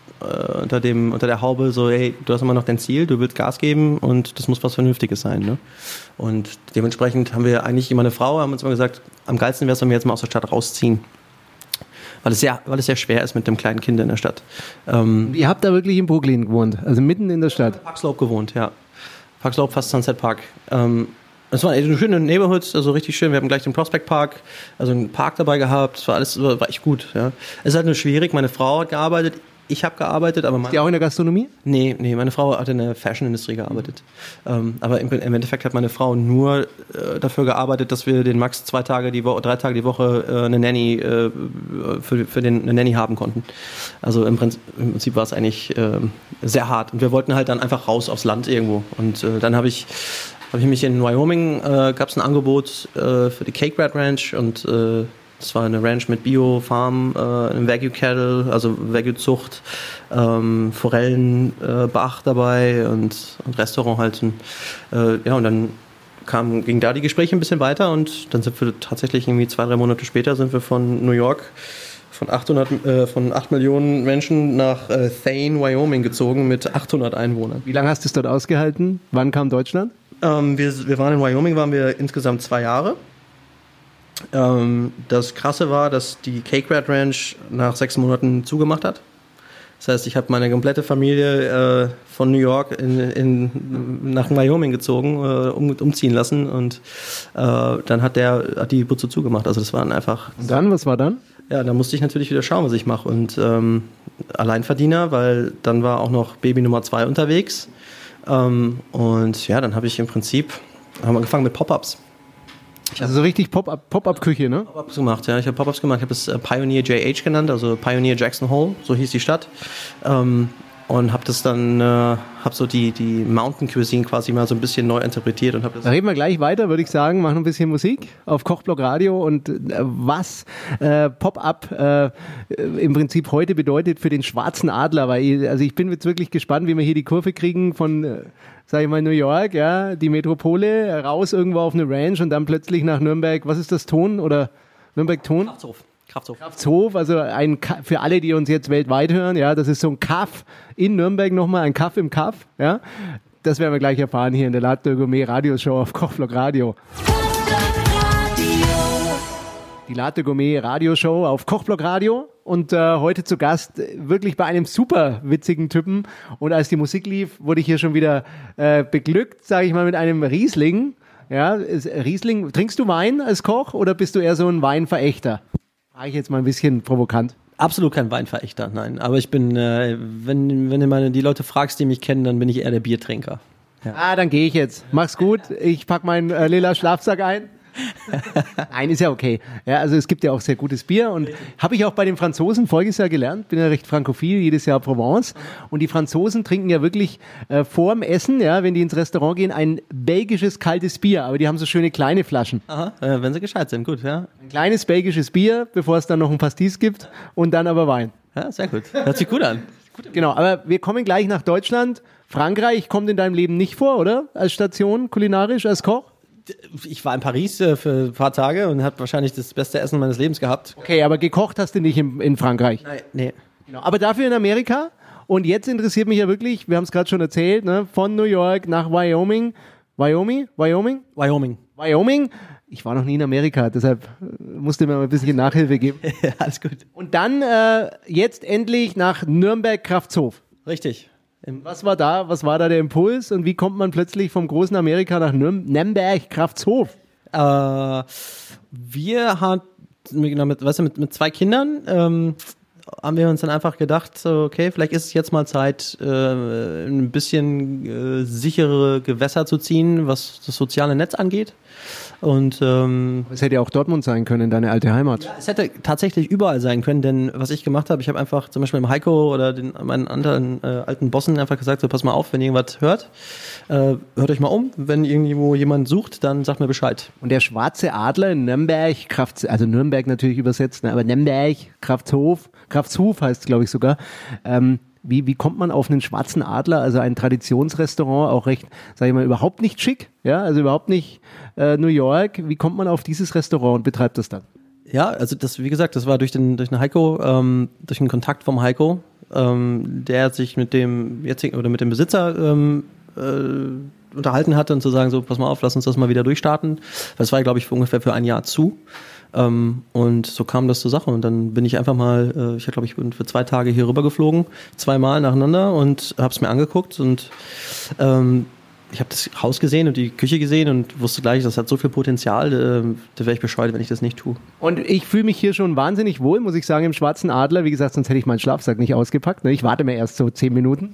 Haube so, hey, du hast immer noch dein Ziel, du willst Gas geben und das muss was Vernünftiges sein, ne? Und dementsprechend haben wir eigentlich immer eine Frau, haben uns immer gesagt, am geilsten wäre es, wenn wir jetzt mal aus der Stadt rausziehen. Weil es sehr schwer ist mit dem kleinen Kind in der Stadt. Ihr habt da wirklich in Brooklyn gewohnt, also mitten in der Stadt? Park Slope gewohnt, ja. Park Slope, fast Sunset Park. Es war eine schöne Neighborhood, also richtig schön. Wir haben gleich den Prospect Park, also einen Park dabei gehabt. Es war echt gut. Ja. Es ist halt nur schwierig. Meine Frau hat gearbeitet, ich habe gearbeitet, aber ist die auch in der Gastronomie? Nee, meine Frau hat in der Fashion-Industrie gearbeitet. Aber im Endeffekt hat meine Frau nur dafür gearbeitet, dass wir den Max 3 Tage die Woche eine Nanny eine Nanny haben konnten. Also im Prinzip war es eigentlich sehr hart. Und wir wollten halt dann einfach raus aufs Land irgendwo. Und dann habe ich mich in Wyoming, gab es ein Angebot für die Cake Rat Ranch und Das war eine Ranch mit Bio-Farm, einem Wagyu-Cattle, also Wagyu-Zucht, Forellenbach dabei und Restaurant halt. Und dann ging da die Gespräche ein bisschen weiter und dann sind wir tatsächlich irgendwie 2-3 Monate später sind wir von New York von 8 Millionen Menschen nach Thane, Wyoming gezogen mit 800 Einwohnern. Wie lange hast du es dort ausgehalten? Wann kam Deutschland? Wir waren in Wyoming, waren wir insgesamt 2 Jahre. Das Krasse war, dass die Cake Rat Ranch nach 6 Monaten zugemacht hat. Das heißt, ich habe meine komplette Familie von New York nach Wyoming gezogen, umziehen lassen und dann hat die Butze zugemacht. Also das waren einfach... Und dann, was war dann? Ja, da musste ich natürlich wieder schauen, was ich mache und Alleinverdiener, weil dann war auch noch Baby Nummer 2 unterwegs und ja, dann habe ich im Prinzip angefangen mit Pop-Ups. Also so richtig Pop-Up-Küche, ne? Pop-Ups gemacht, ja. Ich habe Pop-Ups gemacht. Ich habe es Pioneer JH genannt, also Pioneer Jackson Hole, so hieß die Stadt. Und habe das dann, habe so die Mountain Cuisine quasi mal so ein bisschen neu interpretiert und habe das. Da reden wir gleich weiter, würde ich sagen, machen ein bisschen Musik auf Kochblock Radio und was Pop-Up im Prinzip heute bedeutet für den Schwarzen Adler, weil ich bin jetzt wirklich gespannt, wie wir hier die Kurve kriegen von sag ich mal, New York, ja, die Metropole, raus irgendwo auf eine Ranch und dann plötzlich nach Nürnberg, was ist das, Ton oder Nürnberg-Ton? Kraftshof, also für alle, die uns jetzt weltweit hören, ja, das ist so ein Kaff in Nürnberg nochmal, ein Kaff im Kaff, ja. Das werden wir gleich erfahren hier in der Latte Gourmet Radioshow auf Kochblock Radio. Die Latte Gourmet Radioshow auf Kochblock Radio und heute zu Gast wirklich bei einem super witzigen Typen und als die Musik lief, wurde ich hier schon wieder beglückt, sage ich mal, mit einem Riesling. Ja, Riesling, trinkst du Wein als Koch oder bist du eher so ein Weinverächter? Frage ich jetzt mal ein bisschen provokant. Absolut kein Weinverächter, nein. Aber ich bin, wenn du die Leute fragst, die mich kennen, dann bin ich eher der Biertrinker. Ja. Dann gehe ich jetzt. Mach's gut. Ich pack meinen lila Schlafsack ein. Nein, ist ja okay. Ja, also es gibt ja auch sehr gutes Bier und habe ich auch bei den Franzosen voriges Jahr gelernt, bin ja recht frankophil, jedes Jahr Provence und die Franzosen trinken ja wirklich vorm Essen, ja, wenn die ins Restaurant gehen, ein belgisches kaltes Bier, aber die haben so schöne kleine Flaschen. Aha, wenn sie gescheit sind, gut, ja. Ein kleines belgisches Bier, bevor es dann noch ein Pastis gibt und dann aber Wein. Ja, sehr gut. Hört sich gut an. Genau, aber wir kommen gleich nach Deutschland. Frankreich kommt in deinem Leben nicht vor, oder? Als Station, kulinarisch, als Koch? Ich war in Paris für ein paar Tage und habe wahrscheinlich das beste Essen meines Lebens gehabt. Okay, aber gekocht hast du nicht in Frankreich? Nein, nee. Genau, aber dafür in Amerika. Und jetzt interessiert mich ja wirklich, wir haben es gerade schon erzählt, ne, von New York nach Wyoming. Wyoming? Ich war noch nie in Amerika, deshalb musste mir mal ein bisschen Nachhilfe geben. Ja, alles gut. Und dann jetzt endlich nach Nürnberg-Kraftshof. Richtig. Was war da der Impuls und wie kommt man plötzlich vom großen Amerika nach Nürnberg-Kraftshof? Wir hatten mit 2 Kindern haben wir uns dann einfach gedacht, so, okay, vielleicht ist es jetzt mal Zeit, ein bisschen sichere Gewässer zu ziehen, was das soziale Netz angeht. Und es hätte ja auch Dortmund sein können, deine alte Heimat. Ja, es hätte tatsächlich überall sein können, denn was ich gemacht habe, ich habe einfach zum Beispiel dem Heiko oder meinen anderen alten Bossen einfach gesagt, so pass mal auf, wenn ihr irgendwas hört, hört euch mal um, wenn irgendwo jemand sucht, dann sagt mir Bescheid. Und der Schwarze Adler in Nürnberg, also Nürnberg natürlich übersetzt, ne, aber Nürnberg, Kraftshof heißt es glaube ich sogar, wie kommt man auf einen Schwarzen Adler, also ein Traditionsrestaurant, auch recht, sage ich mal, überhaupt nicht schick, ja, also überhaupt nicht New York, wie kommt man auf dieses Restaurant und betreibt das dann? Ja, also das, wie gesagt, das war durch den Heiko, durch den Kontakt vom Heiko, der sich mit dem jetzigen oder mit dem Besitzer unterhalten hatte und zu sagen, so, pass mal auf, lass uns das mal wieder durchstarten. Das war, glaube ich, ungefähr für ein Jahr zu. Und so kam das zur Sache und dann bin ich einfach mal, ich glaube, ich bin für 2 Tage hier rüber geflogen, 2-mal nacheinander und habe es mir angeguckt und ich habe das Haus gesehen und die Küche gesehen und wusste gleich, das hat so viel Potenzial, da wäre ich bescheuert, wenn ich das nicht tue. Und ich fühle mich hier schon wahnsinnig wohl, muss ich sagen, im Schwarzen Adler. Wie gesagt, sonst hätte ich meinen Schlafsack nicht ausgepackt. Ne? Ich warte mir erst so 10 Minuten.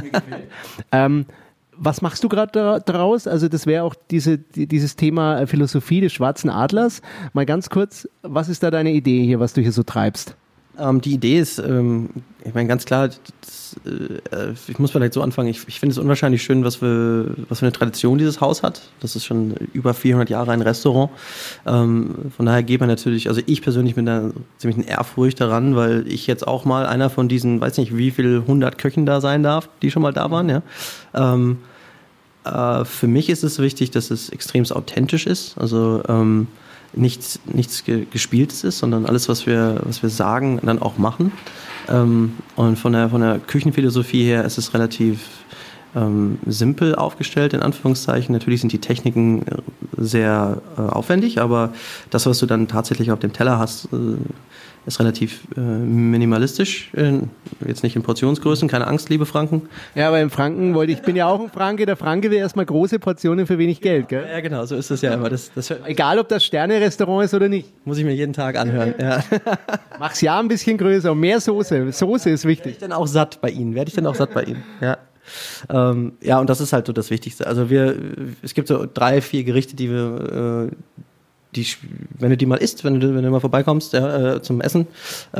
Was machst du gerade daraus? Also das wäre auch dieses Thema Philosophie des Schwarzen Adlers. Mal ganz kurz, was ist da deine Idee hier, was du hier so treibst? Die Idee ist, ich meine ganz klar, ich muss vielleicht so anfangen, ich finde es unwahrscheinlich schön, was für eine Tradition dieses Haus hat. Das ist schon über 400 Jahre ein Restaurant. Von daher geht man natürlich, also ich persönlich bin da ziemlich in Ehrfurcht daran, weil ich jetzt auch mal einer von diesen, weiß nicht wie viel 100 Köchen da sein darf, die schon mal da waren, ja. Für mich ist es wichtig, dass es extrem authentisch ist, also nichts Gespieltes ist, sondern alles, was wir sagen, dann auch machen. Und von der Küchenphilosophie her ist es relativ simpel aufgestellt, in Anführungszeichen. Natürlich sind die Techniken sehr aufwendig, aber das, was du dann tatsächlich auf dem Teller hast, ist relativ minimalistisch. Jetzt nicht in Portionsgrößen, keine Angst, liebe Franken. Ja, aber im Franken ich bin ja auch ein Franke, der Franke will erstmal große Portionen für wenig Geld, gell? Ja, genau, so ist es ja immer. Egal, ob das Sterne-Restaurant ist oder nicht. Muss ich mir jeden Tag anhören, ja. Mach's ja ein bisschen größer und mehr Soße. Soße ist wichtig. Werde ich dann auch satt bei Ihnen? Ja. Ja, und das ist halt so das Wichtigste. Also es gibt so 3, 4 Gerichte, die wir, wenn du die mal isst, wenn du mal vorbeikommst, ja, zum Essen,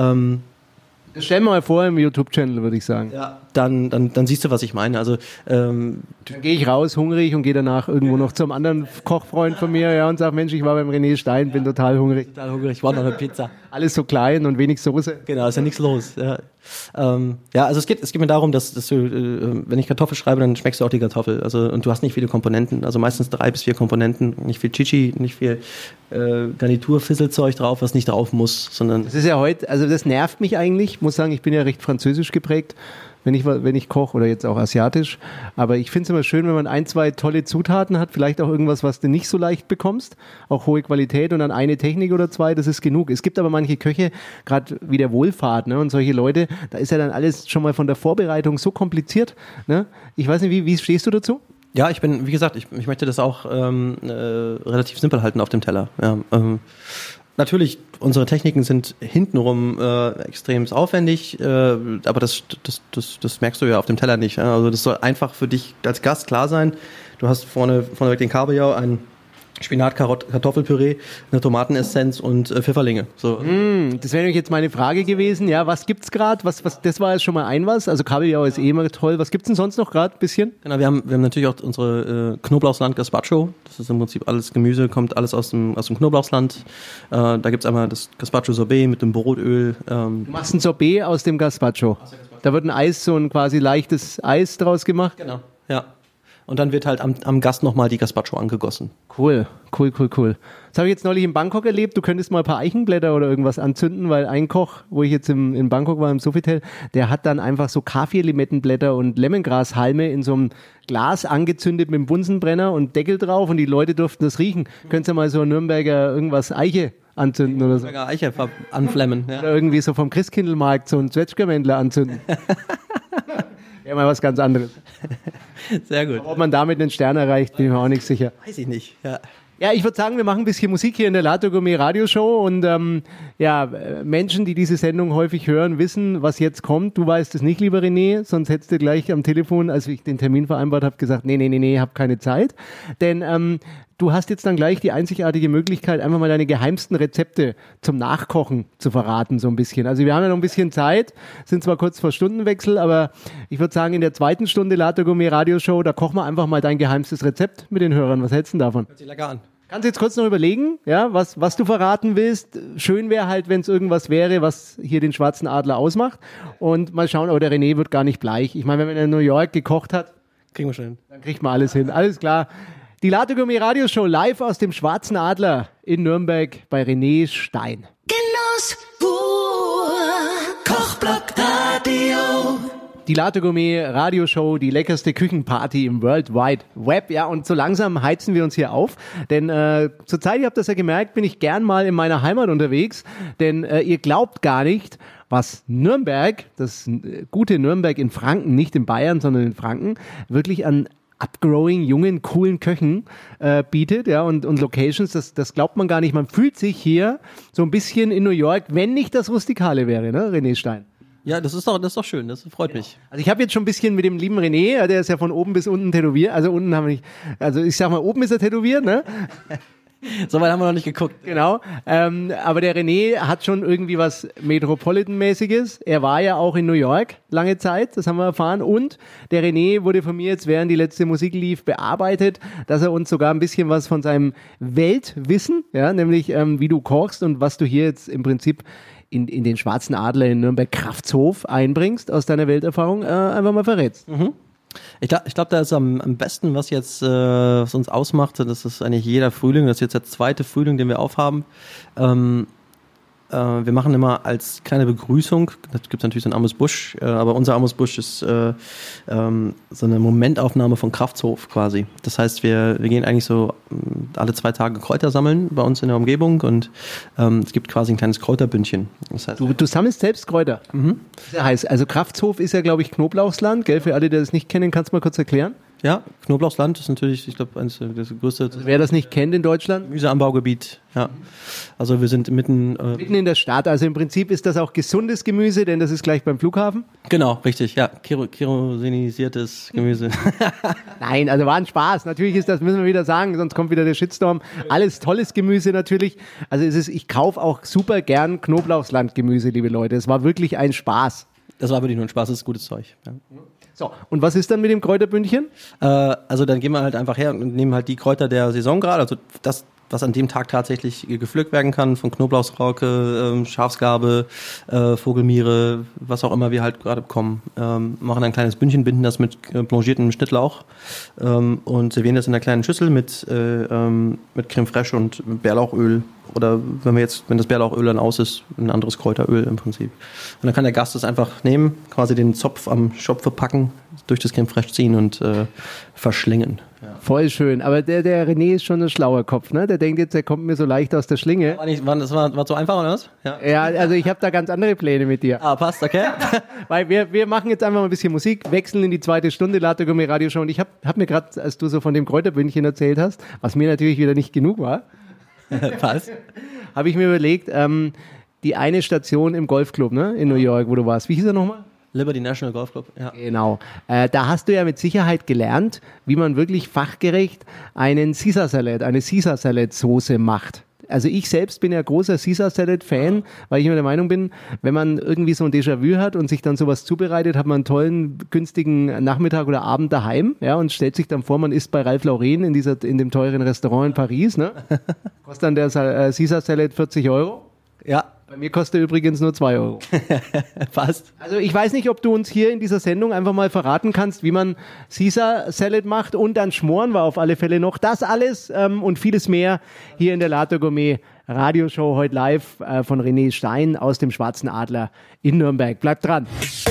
das stellen wir mal vor im YouTube-Channel, würde ich sagen. Ja, dann siehst du, was ich meine. Also dann gehe ich raus, hungrig, und gehe danach irgendwo noch zum anderen Kochfreund von mir, ja, und sage, Mensch, ich war beim René Stein, bin total hungrig. Ich war noch eine Pizza. Alles so klein und wenig Soße. Genau, ist ja nichts los. Ja, also es geht mir darum, dass du, wenn ich Kartoffel schreibe, dann schmeckst du auch die Kartoffel. Also, und du hast nicht viele Komponenten, also meistens 3 bis 4 Komponenten, nicht viel Chichi, nicht viel Garnitur-Fisselzeug drauf, was nicht drauf muss, sondern... Das ist ja heute, also das nervt mich eigentlich. Ich muss sagen, ich bin ja recht französisch geprägt, wenn ich koche, oder jetzt auch asiatisch. Aber ich finde es immer schön, wenn man 1, 2 tolle Zutaten hat, vielleicht auch irgendwas, was du nicht so leicht bekommst, auch hohe Qualität, und dann eine Technik oder 2, das ist genug. Es gibt aber manche Köche, gerade wie der Wohlfahrt, ne, und solche Leute, da ist ja dann alles schon mal von der Vorbereitung so kompliziert. Ne? Ich weiß nicht, wie stehst du dazu? Ja, wie gesagt, ich möchte das auch relativ simpel halten auf dem Teller. Ja, natürlich, unsere Techniken sind hintenrum extrem aufwendig, aber das merkst du ja auf dem Teller nicht. Ja? Also das soll einfach für dich als Gast klar sein. Du hast vorneweg den Kabeljau, ein Spinat-Kartoffelpüree, eine Tomatenessenz und Pfifferlinge. So. Das wäre nämlich jetzt meine Frage gewesen. Ja, was gibt's gerade? Das war jetzt schon mal was. Also Kabeljau ist immer toll. Was gibt's denn sonst noch gerade? Bisschen? Genau, wir haben natürlich auch unsere Knoblauchsland Gazpacho. Das ist im Prinzip alles Gemüse, kommt alles aus dem Knoblauchsland. Da gibt's einmal das Gazpacho Sorbet mit dem Brotöl. Du machst ein Sorbet aus dem Gazpacho. Da wird so ein quasi leichtes Eis draus gemacht. Genau, ja. Und dann wird halt am Gast nochmal die Gazpacho angegossen. Cool. Das habe ich jetzt neulich in Bangkok erlebt. Du könntest mal ein paar Eichenblätter oder irgendwas anzünden, weil ein Koch, wo ich jetzt in Bangkok war, im Sofitel, der hat dann einfach so Kaffee-Limettenblätter und Lemongrashalme in so einem Glas angezündet mit dem Bunsenbrenner und Deckel drauf, und die Leute durften das riechen. Könntest du mal so ein Nürnberger irgendwas Eiche anzünden oder so? Nürnberger Eiche anflemmen. Ja. Oder irgendwie so vom Christkindlmarkt so ein Zwetschgermändler anzünden. Ja, mal was ganz anderes. Sehr gut. Aber ob man damit einen Stern erreicht, bin ich mir auch nicht sicher. Weiß ich nicht, ja. Ja, ich würde sagen, wir machen ein bisschen Musik hier in der Lato Gourmet Radioshow, und Menschen, die diese Sendung häufig hören, wissen, was jetzt kommt. Du weißt es nicht, lieber René, sonst hättest du gleich am Telefon, als ich den Termin vereinbart habe, gesagt, nee, hab keine Zeit. Denn du hast jetzt dann gleich die einzigartige Möglichkeit, einfach mal deine geheimsten Rezepte zum Nachkochen zu verraten, so ein bisschen. Also wir haben ja noch ein bisschen Zeit, sind zwar kurz vor Stundenwechsel, aber ich würde sagen, in der 2. Stunde Lato Gourmet Radioshow, da kochen wir einfach mal dein geheimstes Rezept mit den Hörern. Was hältst du davon? Hört sich lecker an. Kannst du jetzt kurz noch überlegen, ja, was du verraten willst. Schön wäre halt, wenn es irgendwas wäre, was hier den Schwarzen Adler ausmacht. Und mal schauen, aber der René wird gar nicht bleich. Ich meine, wenn man in New York gekocht hat, kriegen wir schon hin. Dann kriegt man alles hin. Alles klar. Die Lato Gourmet Radioshow live aus dem Schwarzen Adler in Nürnberg bei René Stein. Genuss pur. Kochblock Radio. Die Lato Gourmet Radioshow, die leckerste Küchenparty im World Wide Web. Ja, und so langsam heizen wir uns hier auf. Denn zurzeit, ihr habt das ja gemerkt, bin ich gern mal in meiner Heimat unterwegs. Denn ihr glaubt gar nicht, was Nürnberg, das gute Nürnberg in Franken, nicht in Bayern, sondern in Franken, wirklich an upgrowing, jungen, coolen Köchen bietet, ja, und Locations, das glaubt man gar nicht. Man fühlt sich hier so ein bisschen in New York, wenn nicht das Rustikale wäre, ne, René Stein? Ja, das ist doch schön, das freut mich. Also ich habe jetzt schon ein bisschen mit dem lieben René, der ist ja von oben bis unten tätowiert, also unten haben wir nicht, also ich sag mal, oben ist er tätowiert, ne? So weit haben wir noch nicht geguckt. Genau. Aber der René hat schon irgendwie was Metropolitan-mäßiges. Er war ja auch in New York lange Zeit, das haben wir erfahren. Und der René wurde von mir jetzt, während die letzte Musik lief, bearbeitet, dass er uns sogar ein bisschen was von seinem Weltwissen, ja, nämlich wie du kochst und was du hier jetzt im Prinzip in den Schwarzen Adler in Nürnberg-Kraftshof einbringst aus deiner Welterfahrung, einfach mal verrätst. Mhm. Ich glaube, da ist am besten, was jetzt was uns ausmacht, das ist eigentlich jeder Frühling, das ist jetzt der zweite Frühling, den wir aufhaben. Wir machen immer als kleine Begrüßung, da gibt es natürlich so einen Amos Busch, aber unser Amos Busch ist so eine Momentaufnahme von Kraftshof quasi. Das heißt, wir gehen eigentlich so alle 2 Tage Kräuter sammeln bei uns in der Umgebung und es gibt quasi ein kleines Kräuterbündchen. Das heißt, Du sammelst selbst Kräuter? Mhm. Das heißt, also Kraftshof ist ja, glaube ich, Knoblauchsland, gell? Für alle, die das nicht kennen, kannst du mal kurz erklären? Ja, Knoblauchsland ist natürlich, ich glaube, eines der größte. Also wer das nicht kennt in Deutschland? Gemüseanbaugebiet, ja. Also wir sind mitten in der Stadt. Also im Prinzip ist das auch gesundes Gemüse, denn das ist gleich beim Flughafen. Genau, richtig, ja. Kerosinisiertes Gemüse. Nein, also war ein Spaß. Natürlich ist das, müssen wir wieder sagen, sonst kommt wieder der Shitstorm. Alles tolles Gemüse natürlich. Also ich kaufe auch super gern Knoblauchslandgemüse, liebe Leute. Es war wirklich ein Spaß. Das war wirklich nur ein Spaß, das ist gutes Zeug. Ja. So, und was ist dann mit dem Kräuterbündchen? Also dann gehen wir halt einfach her und nehmen halt die Kräuter der Saison gerade, also das, was an dem Tag tatsächlich gepflückt werden kann, von Knoblauchsrauke, Schafsgarbe, Vogelmiere, was auch immer wir halt gerade bekommen. Machen ein kleines Bündchen, binden das mit blanchiertem Schnittlauch und servieren das in einer kleinen Schüssel mit Creme fraiche und Bärlauchöl. Oder wenn das Bärlauchöl dann aus ist, ein anderes Kräuteröl im Prinzip. Und dann kann der Gast das einfach nehmen, quasi den Zopf am Schopfe packen, durch das Creme fraiche ziehen und verschlingen. Ja. Voll schön. Aber der René ist schon ein schlauer Kopf, ne? Der denkt jetzt, er kommt mir so leicht aus der Schlinge. Das war so einfach, oder was? Ja, also ich habe da ganz andere Pläne mit dir. Ah, passt, okay. Weil wir machen jetzt einfach mal ein bisschen Musik, wechseln in die zweite Stunde Latte Gourmet Radioshow. Und ich hab mir gerade, als du so von dem Kräuterbündchen erzählt hast, was mir natürlich wieder nicht genug war, was? Habe ich mir überlegt, die eine Station im Golfclub, ne, in New York, wo du warst. Wie hieß er nochmal? Liberty National Golf Club, ja. Genau. Da hast du ja mit Sicherheit gelernt, wie man wirklich fachgerecht eine Caesar Salad Soße macht. Also ich selbst bin ja großer Caesar Salad Fan, weil ich immer der Meinung bin, wenn man irgendwie so ein Déjà-vu hat und sich dann sowas zubereitet, hat man einen tollen, günstigen Nachmittag oder Abend daheim, ja, und stellt sich dann vor, man isst bei Ralph Lauren in dem teuren Restaurant in Paris, ne? Kostet dann der Caesar Salad 40 Euro. Ja. Bei mir kostet er übrigens nur 2 Euro. Passt. Also ich weiß nicht, ob du uns hier in dieser Sendung einfach mal verraten kannst, wie man Caesar Salad macht, und dann schmoren wir auf alle Fälle noch. Das alles und vieles mehr hier in der Latte Gourmet Radioshow heute live von René Stein aus dem Schwarzen Adler in Nürnberg. Bleibt dran.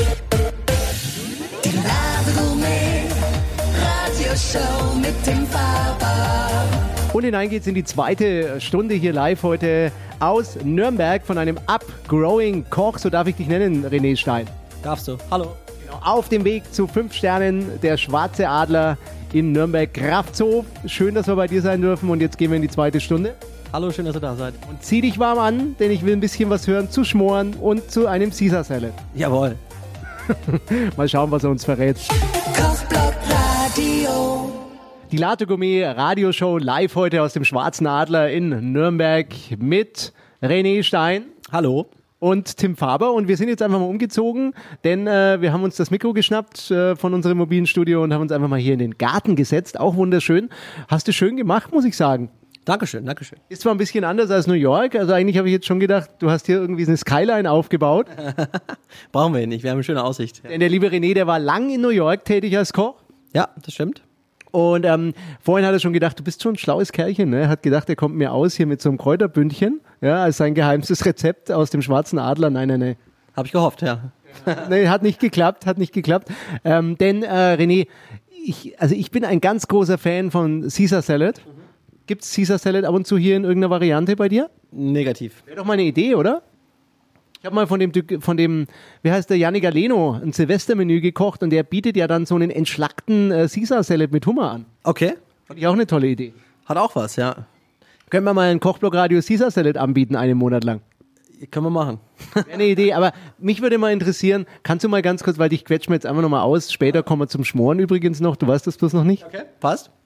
Die Latte Gourmet Radioshow mit dem Faber. Und hinein geht's in die zweite Stunde hier live heute aus Nürnberg von einem Upgrowing Koch, so darf ich dich nennen, René Stein. Darfst du. Hallo. Genau, auf dem Weg zu 5 Sternen, der Schwarze Adler in Nürnberg Kraftshof. Schön, dass wir bei dir sein dürfen, und jetzt gehen wir in die zweite Stunde. Hallo, schön, dass ihr da seid. Und zieh dich warm an, denn ich will ein bisschen was hören zu Schmoren und zu einem Caesar Salad. Jawohl. Mal schauen, was er uns verrät. Kochblock Radio. Die Latte Gourmet Radioshow live heute aus dem Schwarzen Adler in Nürnberg mit René Stein. Hallo. Und Tim Faber, und wir sind jetzt einfach mal umgezogen, denn wir haben uns das Mikro geschnappt von unserem mobilen Studio und haben uns einfach mal hier in den Garten gesetzt. Auch wunderschön. Hast du schön gemacht, muss ich sagen. Dankeschön, Dankeschön. Ist zwar ein bisschen anders als New York, also eigentlich habe ich jetzt schon gedacht, du hast hier irgendwie eine Skyline aufgebaut. Brauchen wir nicht, wir haben eine schöne Aussicht. Denn der liebe René, der war lang in New York tätig als Koch. Ja, das stimmt. Und vorhin hat er schon gedacht, du bist schon ein schlaues Kerlchen, ne? Er hat gedacht, er kommt mir aus hier mit so einem Kräuterbündchen, ja, als sein geheimstes Rezept aus dem Schwarzen Adler. Nein. Habe ich gehofft, ja. Nee, hat nicht geklappt. Denn René, ich bin ein ganz großer Fan von Caesar Salad. Gibt es Caesar Salad ab und zu hier in irgendeiner Variante bei dir? Negativ. Wäre doch mal eine Idee, oder? Ich habe mal von dem, wie heißt der, Yannick Aleno, ein Silvestermenü gekocht, und der bietet ja dann so einen entschlackten Caesar Salad mit Hummer an. Okay. Fand ich auch eine tolle Idee. Hat auch was, ja. Können wir mal einen Kochblock-Radio Caesar Salad anbieten, einen Monat lang? Können wir machen. Wäre eine Idee, aber mich würde mal interessieren, kannst du mal ganz kurz, weil dich quetschen wir jetzt einfach nochmal aus, später kommen wir zum Schmoren übrigens noch, du weißt das bloß noch nicht. Okay, passt.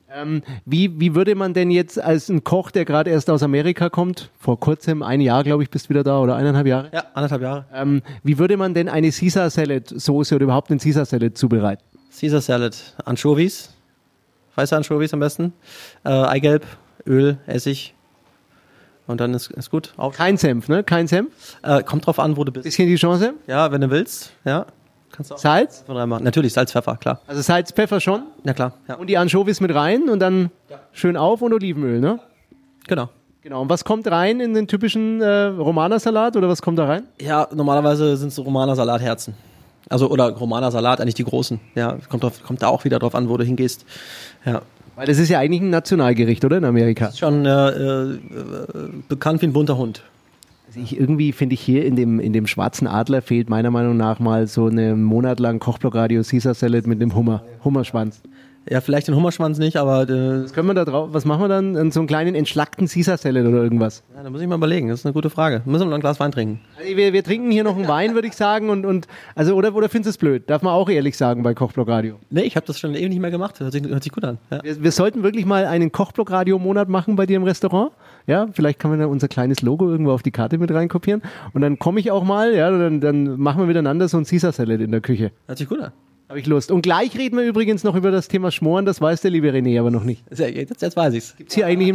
Wie würde man denn jetzt als ein Koch, der gerade erst aus Amerika kommt, vor kurzem, 1 Jahr, glaube ich, bist du wieder da oder 1,5 Jahre? Ja, 1,5 Jahre. Wie würde man denn eine Caesar Salad Soße oder überhaupt einen Caesar Salad zubereiten? Caesar Salad, Anchovies, weiße Anchovies am besten, Eigelb, Öl, Essig und dann ist gut. Kein Senf, ne? Kein Senf? Kommt drauf an, wo du bist. Bisschen die Chance? Ja, wenn du willst, ja. Kannst du auch Salz? von reinmachen. Natürlich, Salz, Pfeffer, klar. Also Salz, Pfeffer schon? Ja, klar. Ja. Und die Anchovies mit rein und dann schön auf und Olivenöl, ne? Genau. Genau. Und was kommt rein in den typischen Romanersalat oder was kommt da rein? Ja, normalerweise sind es so Romaner-Salatherzen. Also, oder Romaner-Salat, eigentlich die großen. Ja, kommt da auch wieder drauf an, wo du hingehst. Ja. Weil das ist ja eigentlich ein Nationalgericht, oder? In Amerika. Ist schon bekannt wie ein bunter Hund. Also irgendwie finde ich hier in dem Schwarzen Adler fehlt meiner Meinung nach mal so eine Monat lang Kochblock-Radio Caesar Salad mit dem Hummerschwanz. Ja, vielleicht den Hummerschwanz nicht, aber Was können wir da drauf? Was machen wir dann? So einen kleinen entschlackten Caesar Salad oder irgendwas? ja, da muss ich mal überlegen. Das ist eine gute Frage. Müssen wir noch ein Glas Wein trinken? Also wir trinken hier noch einen Wein, würde ich sagen. Und also oder findest du es blöd? Darf man auch ehrlich sagen bei Kochblock-Radio. Nee, ich habe das schon ewig nicht mehr gemacht. Hört sich gut an. Ja. Wir sollten wirklich mal einen Kochblock-Radio-Monat machen bei dir im Restaurant. Ja, vielleicht kann man da unser kleines Logo irgendwo auf die Karte mit reinkopieren. Und dann komme ich auch mal, ja, dann machen wir miteinander so einen Caesar Salad in der Küche. Hört sich gut an. Habe ich Lust. Und gleich reden wir übrigens noch über das Thema Schmoren, das weiß der liebe René aber noch nicht. Jetzt weiß ich's. Gibt's hier eigentlich im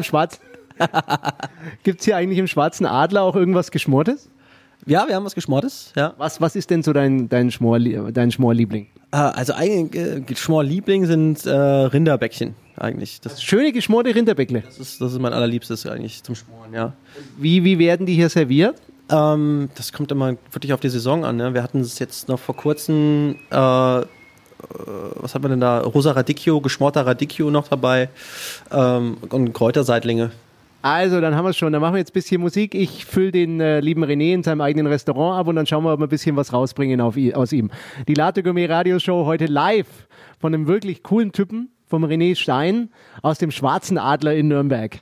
Schwarzen Adler auch irgendwas Geschmortes? Ja, wir haben was Geschmortes. Ja. Was ist denn so dein Schmorliebling? Also eigentlich Schmorliebling sind Rinderbäckchen eigentlich. Das Schöne geschmorte Rinderbäckle. ist mein allerliebstes eigentlich zum Schmoren, ja. Wie werden die hier serviert? Das kommt immer wirklich auf die Saison an. Ne? Wir hatten es jetzt noch vor kurzem, was hat man denn da? Rosa Radicchio, geschmorter Radicchio noch dabei und Kräuterseitlinge. Also, dann haben wir es schon. Dann machen wir jetzt ein bisschen Musik. Ich fülle den lieben René in seinem eigenen Restaurant ab und dann schauen wir, ob wir ein bisschen was rausbringen aus ihm. Die Latte Gourmet Radioshow heute live von einem wirklich coolen Typen, vom René Stein aus dem Schwarzen Adler in Nürnberg.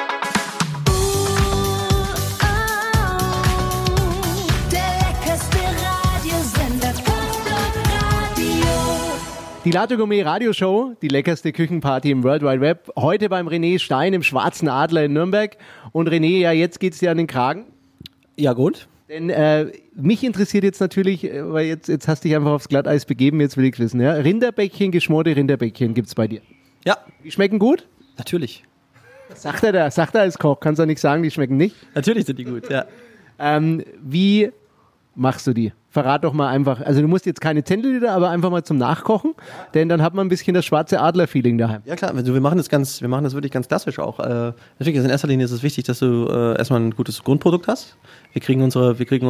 Die Latte Gourmet Radioshow, die leckerste Küchenparty im World Wide Web. Heute beim René Stein im Schwarzen Adler in Nürnberg. Und René, ja, jetzt geht's dir an den Kragen. Ja, gut. Denn mich interessiert jetzt natürlich, weil jetzt hast du dich einfach aufs Glatteis begeben, jetzt will ich wissen, ja? Rinderbäckchen, geschmorte Rinderbäckchen gibt's bei dir. Ja, Die schmecken gut? natürlich. Sagt er als Koch, kannst du nicht sagen, die schmecken nicht. Natürlich sind die gut, ja. Wie machst du die? Verrat doch mal einfach, also du musst jetzt keine Zentiliter, aber einfach mal zum Nachkochen, denn dann hat man ein bisschen das Schwarze Adler-Feeling daheim. Ja klar, also wir machen das wirklich ganz klassisch auch. Natürlich, also in erster Linie ist es wichtig, dass du erstmal ein gutes Grundprodukt hast. Wir kriegen unsere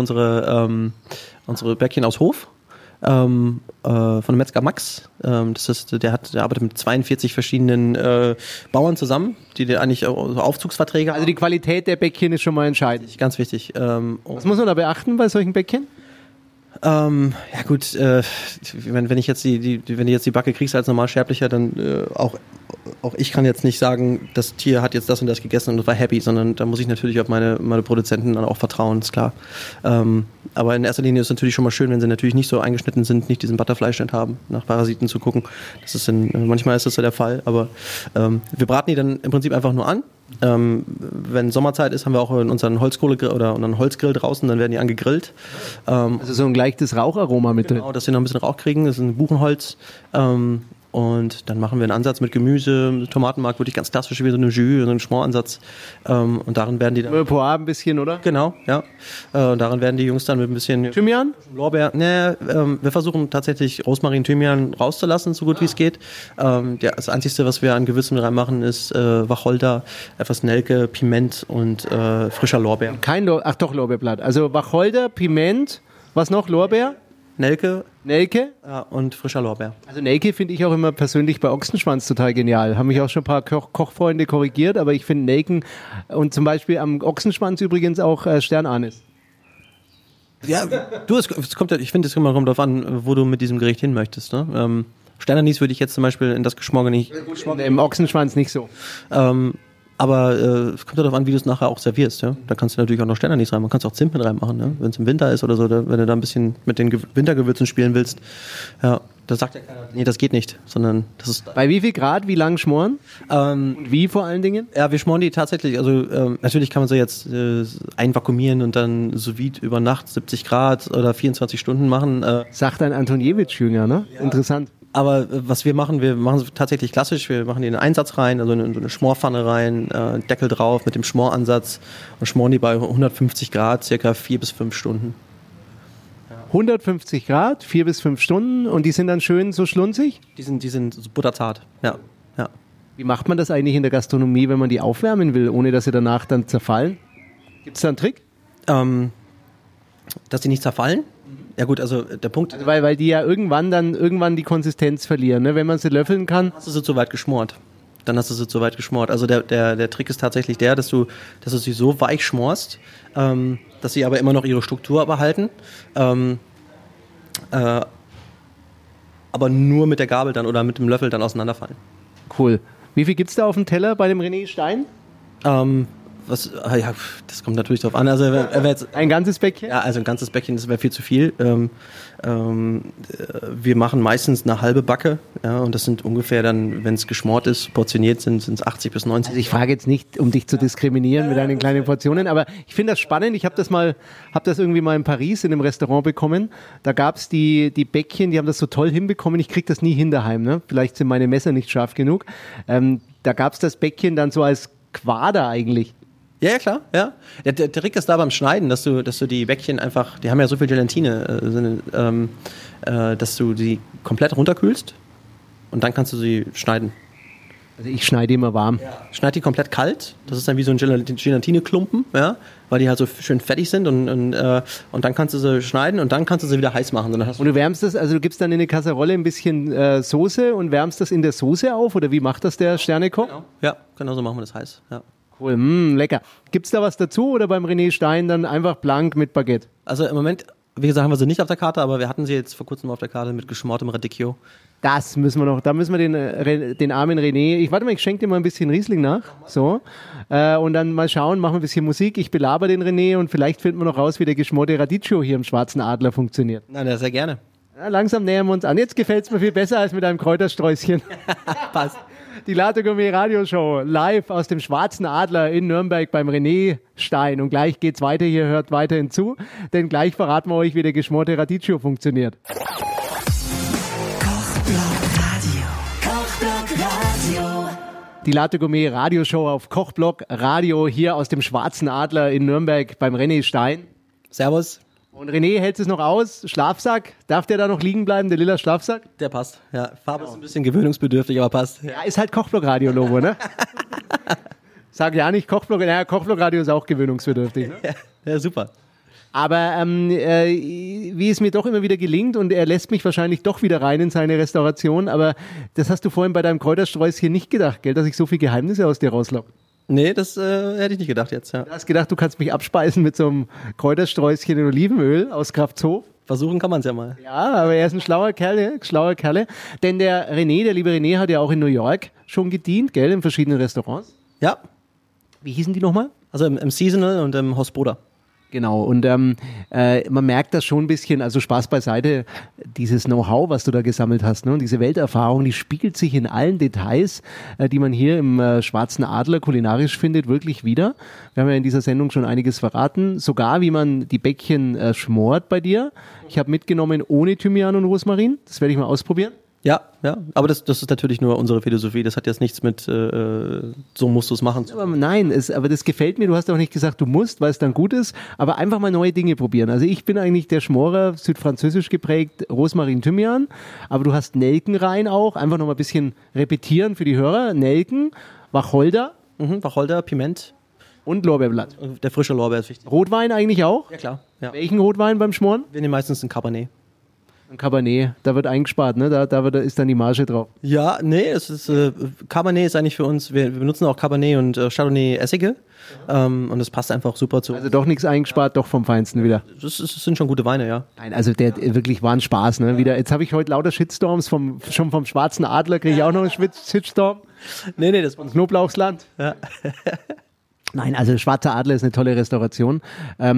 Bäckchen aus Hof. Von dem Metzger Max. Der arbeitet mit 42 verschiedenen Bauern zusammen, die eigentlich so Aufzugsverträge Also die Qualität der Bäckchen ist schon mal entscheidend. ganz wichtig. Was muss man da beachten bei solchen Bäckchen? Ja gut, wenn du jetzt die Backe kriegst als Normalsterblicher, dann auch ich kann jetzt nicht sagen, das Tier hat jetzt das und das gegessen und war happy, sondern da muss ich natürlich auf meine Produzenten dann auch vertrauen, ist klar. Aber in erster Linie ist es natürlich schon mal schön, wenn sie natürlich nicht so eingeschnitten sind, nicht diesen Butterfleischschnitt haben, nach Parasiten zu gucken. Manchmal ist das so der Fall, aber wir braten die dann im Prinzip einfach nur an. Wenn Sommerzeit ist, haben wir auch unseren Holzkohlegrill oder unseren Holzgrill draußen, dann werden die angegrillt. Also so ein leichtes Raucharoma mit drin. Genau, dass sie noch ein bisschen Rauch kriegen, das ist ein Buchenholz. Und dann machen wir einen Ansatz mit Gemüse, Tomatenmark, wirklich ganz klassisch wie so eine Jus, so ein Schmoransatz. Und darin werden die dann... Poire ein bisschen, oder? Genau, ja. Und darin werden die Jungs dann mit ein bisschen... Thymian? Lorbeer. Wir versuchen tatsächlich Rosmarin, Thymian rauszulassen, so gut wie es geht. Das Einzige, was wir an Gewürzen reinmachen, ist Wacholder, etwas Nelke, Piment und frischer Lorbeer. Lorbeerblatt. Also Wacholder, Piment, was noch? Lorbeer? Nelke und frischer Lorbeer. Also Nelke finde ich auch immer persönlich bei Ochsenschwanz total genial. Haben mich auch schon ein paar Kochfreunde korrigiert, aber ich finde Nelken und zum Beispiel am Ochsenschwanz übrigens auch Sternanis. Ja, ich finde, es kommt darauf an, wo du mit diesem Gericht hin möchtest. Ne? Sternanis würde ich jetzt zum Beispiel in das Geschmorge nicht... Im Ochsenschwanz nicht so. Aber es kommt darauf an, wie du es nachher auch servierst. Ja? Da kannst du natürlich auch noch Sternanis reinmachen. Kannst auch Zimt mit reinmachen, ne? Wenn es im Winter ist oder so, wenn du da ein bisschen mit den Wintergewürzen spielen willst. Ja. Da sagt ja keiner, nee, das geht nicht, sondern das ist... Bei wie viel Grad, wie lang schmoren? Und wie vor allen Dingen? Ja, wir schmoren die tatsächlich, also natürlich kann man sie jetzt einvakuumieren und dann sous vide über Nacht 70 Grad oder 24 Stunden machen. Sagt ein Antoniewicz-Jünger, ne? Ja. Interessant. Aber was wir machen es tatsächlich klassisch, wir machen die in einen Einsatz rein, also in so eine Schmorpfanne rein, Deckel drauf mit dem Schmoransatz und schmoren die bei 150 Grad, circa 4 bis 5 Stunden. 150 Grad, 4 bis 5 Stunden und die sind dann schön so schlunzig? Die sind so butterzart, ja. Wie macht man das eigentlich in der Gastronomie, wenn man die aufwärmen will, ohne dass sie danach dann zerfallen? Gibt es da einen Trick? Dass die nicht zerfallen? Ja gut, also der Punkt... Also weil die ja irgendwann die Konsistenz verlieren, ne? Wenn man sie löffeln kann. Hast du sie zu weit geschmort. Dann hast du sie zu weit geschmort. Also der Trick ist tatsächlich der, dass du sie so weich schmorst, dass sie aber immer noch ihre Struktur behalten, aber nur mit der Gabel dann oder mit dem Löffel dann auseinanderfallen. Cool. Wie viel gibt's da auf dem Teller bei dem René Stein? Das kommt natürlich drauf an. Also jetzt, ein ganzes Bäckchen? Ja, also ein ganzes Bäckchen, das wäre viel zu viel. Wir machen meistens eine halbe Backe, ja, und das sind ungefähr dann, wenn es geschmort ist, portioniert sind es 80 bis 90. Also ich frage jetzt nicht, um dich zu diskriminieren mit deinen kleinen Portionen, aber ich finde das spannend. Ich habe das irgendwie mal in Paris in einem Restaurant bekommen. Da gab es die Bäckchen, die haben das so toll hinbekommen. Ich kriege das nie hin daheim, ne? Vielleicht sind meine Messer nicht scharf genug. Da gab es das Bäckchen dann so als Quader eigentlich. Ja, klar, ja. Der Trick ist da beim Schneiden, dass du die Bäckchen einfach, die haben ja so viel Gelatine, dass du die komplett runterkühlst und dann kannst du sie schneiden. Also ich schneide immer warm. Ja. Schneid die komplett kalt, das ist dann wie so ein Gelatineklumpen, ja, weil die halt so schön fettig sind und dann kannst du sie schneiden und dann kannst du sie wieder heiß machen. Und du wärmst das, also du gibst dann in eine Kasserolle ein bisschen Soße und wärmst das in der Soße auf oder wie macht das der Sternekoch? Genau. Ja, genau so machen wir das heiß, ja. Cool, lecker. Gibt's da was dazu oder beim René Stein dann einfach blank mit Baguette? Also im Moment, wie gesagt, haben wir sie nicht auf der Karte, aber wir hatten sie jetzt vor kurzem auf der Karte mit geschmortem Radicchio. Da müssen wir den armen René, ich schenke dir mal ein bisschen Riesling nach, so, und dann mal schauen, machen wir ein bisschen Musik, ich belaber den René und vielleicht finden wir noch raus, wie der geschmorte Radicchio hier im Schwarzen Adler funktioniert. Na, sehr gerne. Ja, langsam nähern wir uns an. Jetzt gefällt's mir viel besser als mit einem Kräutersträußchen. Passt. Die Latte Gourmet Radioshow live aus dem Schwarzen Adler in Nürnberg beim René Stein. Und gleich geht's weiter, hier hört weiterhin zu, denn gleich verraten wir euch, wie der geschmorte Radicchio funktioniert. Kochblock Radio. Die Latte Gourmet Radioshow auf Kochblock Radio hier aus dem Schwarzen Adler in Nürnberg beim René Stein. Servus. Und René, hältst es noch aus? Schlafsack? Darf der da noch liegen bleiben, der lila Schlafsack? Der passt. Ja, Farbe ist ein bisschen gewöhnungsbedürftig, aber passt. Ja, ist halt Kochblock-Radio-Logo, ne? Sag ja nicht Kochblock, naja, Kochblock-Radio ist auch gewöhnungsbedürftig. Ne? Ja, super. Aber wie es mir doch immer wieder gelingt und er lässt mich wahrscheinlich doch wieder rein in seine Restauration, aber das hast du vorhin bei deinem Kräutersträußchen nicht gedacht, gell, dass ich so viele Geheimnisse aus dir rauslocke. Nee, das hätte ich nicht gedacht jetzt, ja. Du hast gedacht, du kannst mich abspeisen mit so einem Kräutersträußchen in Olivenöl aus Kraftshof. Versuchen kann man es ja mal. Ja, aber er ist ein schlauer Kerl. Denn der liebe René, hat ja auch in New York schon gedient, gell, in verschiedenen Restaurants. Ja. Wie hießen die nochmal? Also im Seasonal und im Hospoda. Genau, und man merkt das schon ein bisschen, also Spaß beiseite, dieses Know-how, was du da gesammelt hast, ne? Und diese Welterfahrung, die spiegelt sich in allen Details, die man hier im Schwarzen Adler kulinarisch findet, wirklich wieder. Wir haben ja in dieser Sendung schon einiges verraten, sogar wie man die Bäckchen schmort bei dir. Ich habe mitgenommen ohne Thymian und Rosmarin, das werde ich mal ausprobieren. Ja, aber das ist natürlich nur unsere Philosophie, das hat jetzt nichts mit so musst du es machen. Aber nein, aber das gefällt mir, du hast auch nicht gesagt, du musst, weil es dann gut ist, aber einfach mal neue Dinge probieren. Also ich bin eigentlich der Schmorer, südfranzösisch geprägt, Rosmarin, Thymian, aber du hast Nelken rein auch, einfach noch mal ein bisschen repetieren für die Hörer, Nelken, Wacholder. Wacholder, Piment. Und Lorbeerblatt. Der frische Lorbeer ist wichtig. Rotwein eigentlich auch? Ja, klar. Ja. Welchen Rotwein beim Schmoren? Wir nehmen meistens einen Cabernet. Ein Cabernet, da wird eingespart, ne? Da ist dann die Marge drauf. Ja, nee, Cabernet ist eigentlich für uns, wir benutzen auch Cabernet und Chardonnay-Essige und das passt einfach super zu. Also doch nichts eingespart, doch vom Feinsten wieder. Das sind schon gute Weine, ja. Nein, also der wirklich war ein Spaß, ne? Wieder, jetzt habe ich heute lauter Shitstorms, schon vom Schwarzen Adler kriege ich auch noch einen Shitstorm. Nee, das war Knoblauchsland. Ja. Nein, also Schwarzer Adler ist eine tolle Restauration.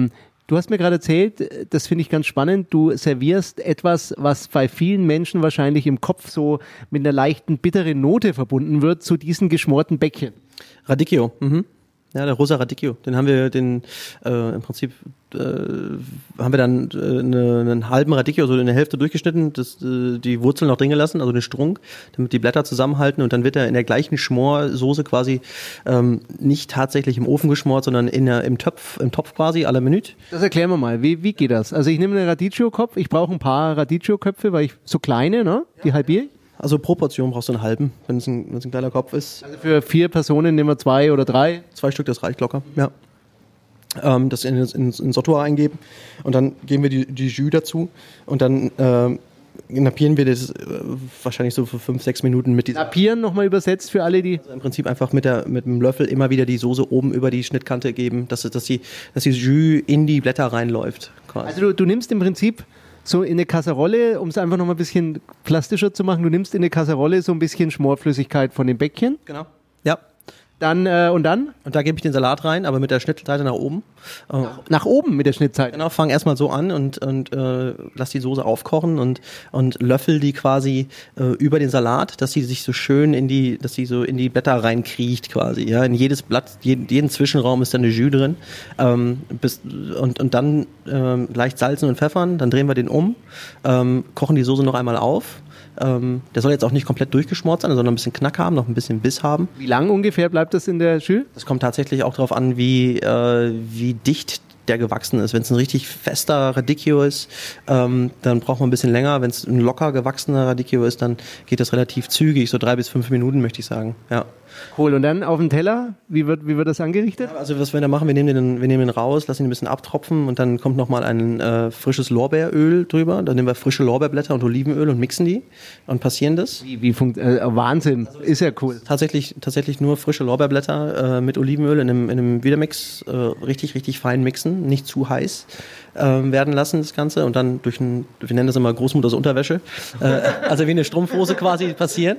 Du hast mir gerade erzählt, das finde ich ganz spannend, du servierst etwas, was bei vielen Menschen wahrscheinlich im Kopf so mit einer leichten bitteren Note verbunden wird, zu diesen geschmorten Bäckchen. Radicchio, Ja, der rosa Radicchio. Den haben wir im Prinzip haben wir dann einen halben Radicchio, so in der Hälfte durchgeschnitten, die Wurzeln noch drin gelassen, also den Strunk, damit die Blätter zusammenhalten und dann wird er in der gleichen Schmorsoße quasi nicht tatsächlich im Ofen geschmort, sondern im Topf quasi à la Minute. Das erklären wir mal. Wie geht das? Also ich nehme einen Radicchio-Kopf, ich brauche ein paar Radicchio-Köpfe, weil ich so kleine, ne? Die halbiere ich. Also pro Portion brauchst du einen halben, wenn es ein kleiner Kopf ist. Also für 4 Personen nehmen wir 2 oder 3. 2 Stück, das reicht locker, ja. Das in Sautoir eingeben und dann geben wir die Jus dazu und dann napieren wir das wahrscheinlich so für 5-6 Minuten mit diesem. Napieren nochmal übersetzt für alle, die. Also im Prinzip einfach mit dem Löffel immer wieder die Soße oben über die Schnittkante geben, dass die Jus in die Blätter reinläuft. Quasi. Also du nimmst im Prinzip so in eine Kasserolle, um es einfach nochmal ein bisschen plastischer zu machen, du nimmst in eine Kasserolle so ein bisschen Schmorflüssigkeit von dem Bäckchen. Genau. Ja. Dann, und dann? Und da gebe ich den Salat rein, aber mit der Schnittseite nach oben. Nach oben mit der Schnittseite? Genau, fang erstmal so an und lass die Soße aufkochen und löffel die quasi über den Salat, dass sie sich so schön dass sie so in die Blätter reinkriecht quasi. Ja, in jedes Blatt, jeden Zwischenraum ist dann eine Jus drin. Und dann leicht salzen und pfeffern, dann drehen wir den kochen die Soße noch einmal auf. Der soll jetzt auch nicht komplett durchgeschmort sein, sondern ein bisschen Knack haben, noch ein bisschen Biss haben. Wie lang ungefähr bleibt das in der Jus? Das kommt tatsächlich auch darauf an, wie dicht der gewachsen ist. Wenn es ein richtig fester Radicchio ist, dann braucht man ein bisschen länger. Wenn es ein locker gewachsener Radicchio ist, dann geht das relativ zügig, so 3 bis 5 Minuten, möchte ich sagen. Ja. Cool. Und dann auf den Teller, wie wird das angerichtet? Ja, also was wir da machen, wir nehmen den raus, lassen ihn ein bisschen abtropfen und dann kommt nochmal ein frisches Lorbeeröl drüber. Dann nehmen wir frische Lorbeerblätter und Olivenöl und mixen die und passieren das. Wahnsinn, also ist ja cool. Tatsächlich nur frische Lorbeerblätter mit Olivenöl in einem Wiedermix richtig, richtig fein mixen, nicht zu heiß werden lassen das Ganze und dann wir nennen das immer Großmutters Unterwäsche, also wie eine Strumpfhose quasi passieren.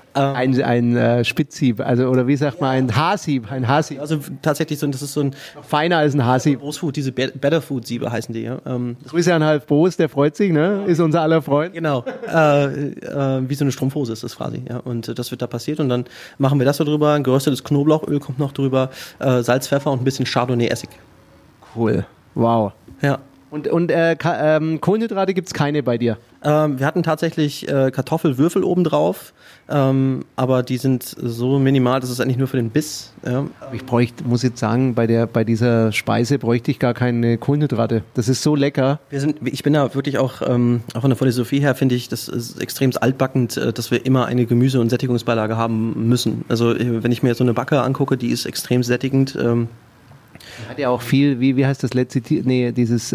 Ein Spitzhieb, also oder wie sagt man, ein Haarsieb. Also tatsächlich das ist so ein feiner als ein Haarsieb. Großfood, diese Better Food Siebe heißen die. Ja. Grüße an Half Boos, der freut sich, ne? Ist unser aller Freund. Genau, wie so eine Strumpfhose ist das quasi. Ja. Und das wird da passiert und dann machen wir das so drüber, ein geröstetes Knoblauchöl kommt noch drüber, Salz, Pfeffer und ein bisschen Chardonnay-Essig. Cool, wow. Ja. Und Kohlenhydrate gibt's keine bei dir? Wir hatten tatsächlich Kartoffelwürfel obendrauf, aber die sind so minimal, das ist eigentlich nur für den Biss. Ja. Ich muss jetzt sagen, bei dieser Speise bräuchte ich gar keine Kohlenhydrate. Das ist so lecker. Ich bin da wirklich auch von der Philosophie her, finde ich, das ist extrem altbackend, dass wir immer eine Gemüse- und Sättigungsbeilage haben müssen. Also wenn ich mir jetzt so eine Backe angucke, die ist extrem sättigend. Hat ja auch viel, wie heißt das letzte, dieses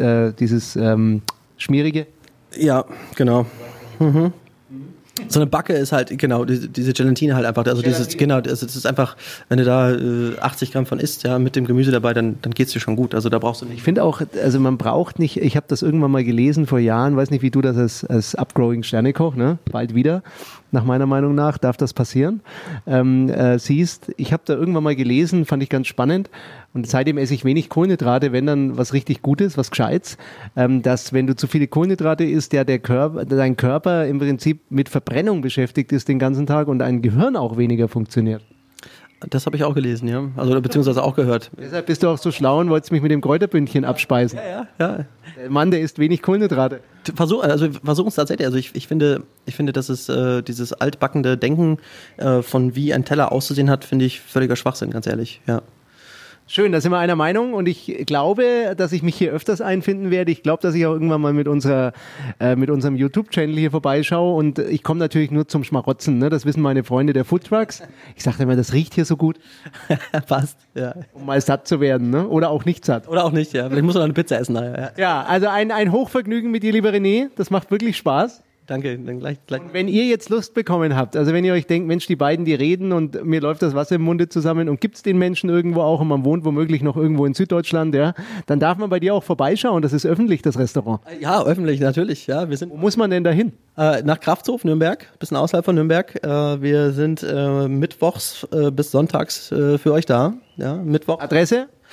Schmierige? Ja, genau. Mhm. So eine Backe ist halt, genau, diese Gelatine halt einfach, also das ist einfach, wenn du da 80 Gramm von isst, ja, mit dem Gemüse dabei, dann geht's dir schon gut, also da brauchst du nicht. Ich finde auch, also man braucht nicht, ich habe das irgendwann mal gelesen vor Jahren, weiß nicht, wie du das als Upgrowing Sternekoch, ne, bald wieder, nach meiner Meinung nach, darf das passieren, siehst, ich habe da irgendwann mal gelesen, fand ich ganz spannend und seitdem esse ich wenig Kohlenhydrate, wenn dann was richtig Gutes, was Gescheites, dass wenn du zu viele Kohlenhydrate isst, dein Körper im Prinzip mit Verbrennung beschäftigt ist den ganzen Tag und dein Gehirn auch weniger funktioniert. Das habe ich auch gelesen, ja. Also beziehungsweise auch gehört. Deshalb bist du auch so schlau und wolltest mich mit dem Kräuterbündchen abspeisen. Ja. Der Mann, der isst wenig Kohlenhydrate. Versuchen es tatsächlich. Also ich finde, dass es dieses altbackende Denken von wie ein Teller auszusehen hat, finde ich völliger Schwachsinn, ganz ehrlich. Ja. Schön, da sind wir einer Meinung und ich glaube, dass ich mich hier öfters einfinden werde. Ich glaube, dass ich auch irgendwann mal mit unserem YouTube-Channel hier vorbeischaue und ich komme natürlich nur zum Schmarotzen, ne? Das wissen meine Freunde der Foodtrucks. Ich sagte immer, das riecht hier so gut. Passt, ja. Um mal satt zu werden, ne? Oder auch nicht satt. Oder auch nicht, ja. Vielleicht muss man noch eine Pizza essen nachher. Ja, also ein Hochvergnügen mit dir, lieber René. Das macht wirklich Spaß. Danke, dann gleich. Und wenn ihr jetzt Lust bekommen habt, also wenn ihr euch denkt, Mensch, die beiden, die reden und mir läuft das Wasser im Munde zusammen und gibt's den Menschen irgendwo auch und man wohnt womöglich noch irgendwo in Süddeutschland, ja, dann darf man bei dir auch vorbeischauen. Das ist öffentlich, das Restaurant. Ja, öffentlich, natürlich, ja. Wo muss man denn da hin? Nach Kraftshof, Nürnberg, bisschen außerhalb von Nürnberg. Wir sind mittwochs bis sonntags für euch da. Ja, Mittwoch. Adresse?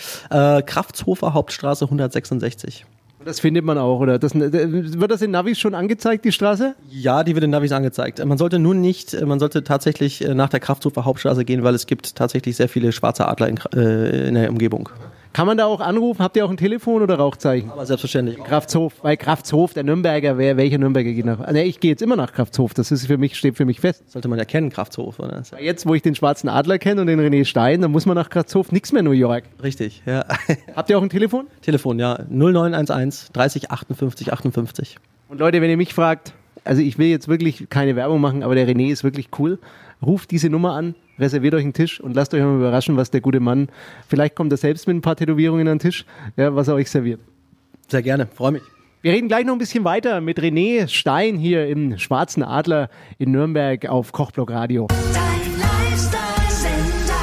Kraftshofer Hauptstraße 166. Das findet man auch, oder? Wird das in Navis schon angezeigt, die Straße? Ja, die wird in Navis angezeigt. Man sollte tatsächlich nach der Kraftshofer Hauptstraße gehen, weil es gibt tatsächlich sehr viele schwarze Adler in der Umgebung. Kann man da auch anrufen? Habt ihr auch ein Telefon oder Rauchzeichen? Aber selbstverständlich. Kraftshof, weil Kraftshof, der Nürnberger, welcher Nürnberger geht nach? Ich gehe jetzt immer nach Kraftshof, das ist steht für mich fest. Sollte man ja kennen, Kraftshof. Oder? Jetzt, wo ich den Schwarzen Adler kenne und den René Stein, dann muss man nach Kraftshof, nix mehr New York. Richtig, ja. Habt ihr auch ein Telefon? Telefon, ja. 0911 30 58 58. Und Leute, wenn ihr mich fragt, also ich will jetzt wirklich keine Werbung machen, aber der René ist wirklich cool. Ruft diese Nummer an, reserviert euch einen Tisch und lasst euch mal überraschen, was der gute Mann, vielleicht kommt er selbst mit ein paar Tätowierungen an den Tisch, ja, was er euch serviert. Sehr gerne, freue mich. Wir reden gleich noch ein bisschen weiter mit René Stein hier im Schwarzen Adler in Nürnberg auf Kochblock Radio. Dein Lifestyle-Sender.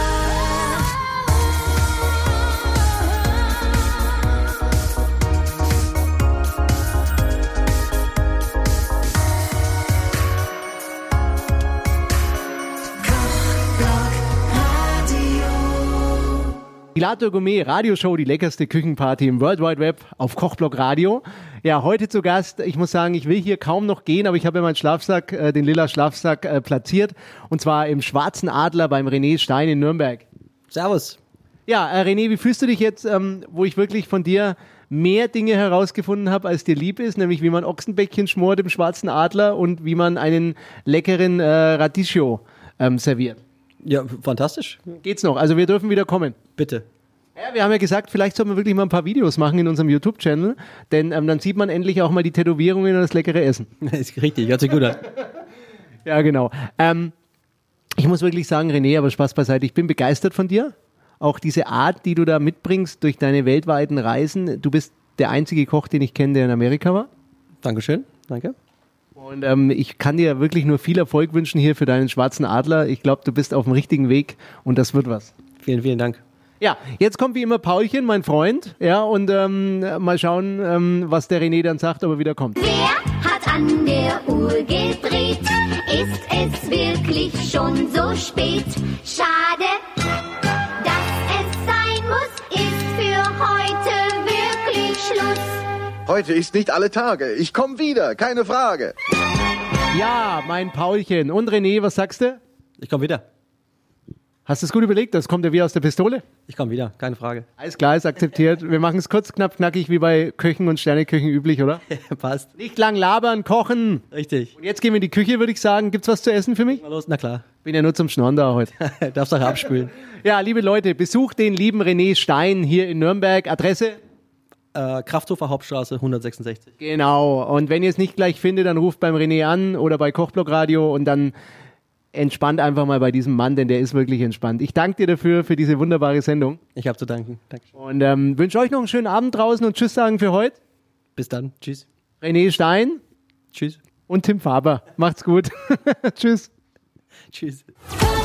Pilato Gourmet Radioshow, die leckerste Küchenparty im World Wide Web auf Kochblock Radio. Ja, heute zu Gast, ich muss sagen, ich will hier kaum noch gehen, aber ich habe ja meinen Schlafsack, den lila Schlafsack platziert und zwar im Schwarzen Adler beim René Stein in Nürnberg. Servus. Ja, René, wie fühlst du dich jetzt, wo ich wirklich von dir mehr Dinge herausgefunden habe, als dir lieb ist, nämlich wie man Ochsenbäckchen schmort im Schwarzen Adler und wie man einen leckeren Radicchio serviert? Ja, fantastisch. Geht's noch? Also wir dürfen wieder kommen. Bitte. Ja, wir haben ja gesagt, vielleicht sollten wir wirklich mal ein paar Videos machen in unserem YouTube-Channel, denn dann sieht man endlich auch mal die Tätowierungen und das leckere Essen. Ist richtig, hört sich gut an. Ja, genau. Ich muss wirklich sagen, René, aber Spaß beiseite, ich bin begeistert von dir. Auch diese Art, die du da mitbringst durch deine weltweiten Reisen. Du bist der einzige Koch, den ich kenne, der in Amerika war. Dankeschön, danke. Und ich kann dir wirklich nur viel Erfolg wünschen hier für deinen Schwarzen Adler. Ich glaube, du bist auf dem richtigen Weg und das wird was. Vielen, vielen Dank. Ja, jetzt kommt wie immer Paulchen, mein Freund, ja, und mal schauen, was der René dann sagt, ob er wieder kommt. Wer hat an der Uhr gedreht? Ist es wirklich schon so spät? Schade, dass es sein muss, ist für heute wirklich Schluss. Heute ist nicht alle Tage. Ich komme wieder, keine Frage. Ja, mein Paulchen. Und René, was sagst du? Ich komme wieder. Hast du es gut überlegt? Das kommt ja wie aus der Pistole. Ich komme wieder, keine Frage. Alles klar, ist akzeptiert. Wir machen es kurz, knapp, knackig, wie bei Köchen und Sterneköchen üblich, oder? Passt. Nicht lang labern, kochen. Richtig. Und jetzt gehen wir in die Küche, würde ich sagen. Gibt's was zu essen für mich? Mal los, na klar. Bin ja nur zum Schnorren da heute. Darfst auch abspülen. Ja, liebe Leute, besucht den lieben René Stein hier in Nürnberg. Adresse? Kraftshofer Hauptstraße 166. Genau. Und wenn ihr es nicht gleich findet, dann ruft beim René an oder bei Kochblock Radio und dann entspannt einfach mal bei diesem Mann, denn der ist wirklich entspannt. Ich danke dir dafür, für diese wunderbare Sendung. Ich habe zu danken. Dankeschön. Und wünsche euch noch einen schönen Abend draußen und Tschüss sagen für heute. Bis dann. Tschüss. René Stein Tschüss. und Tim Faber. Macht's gut. Tschüss. Tschüss. Kochblock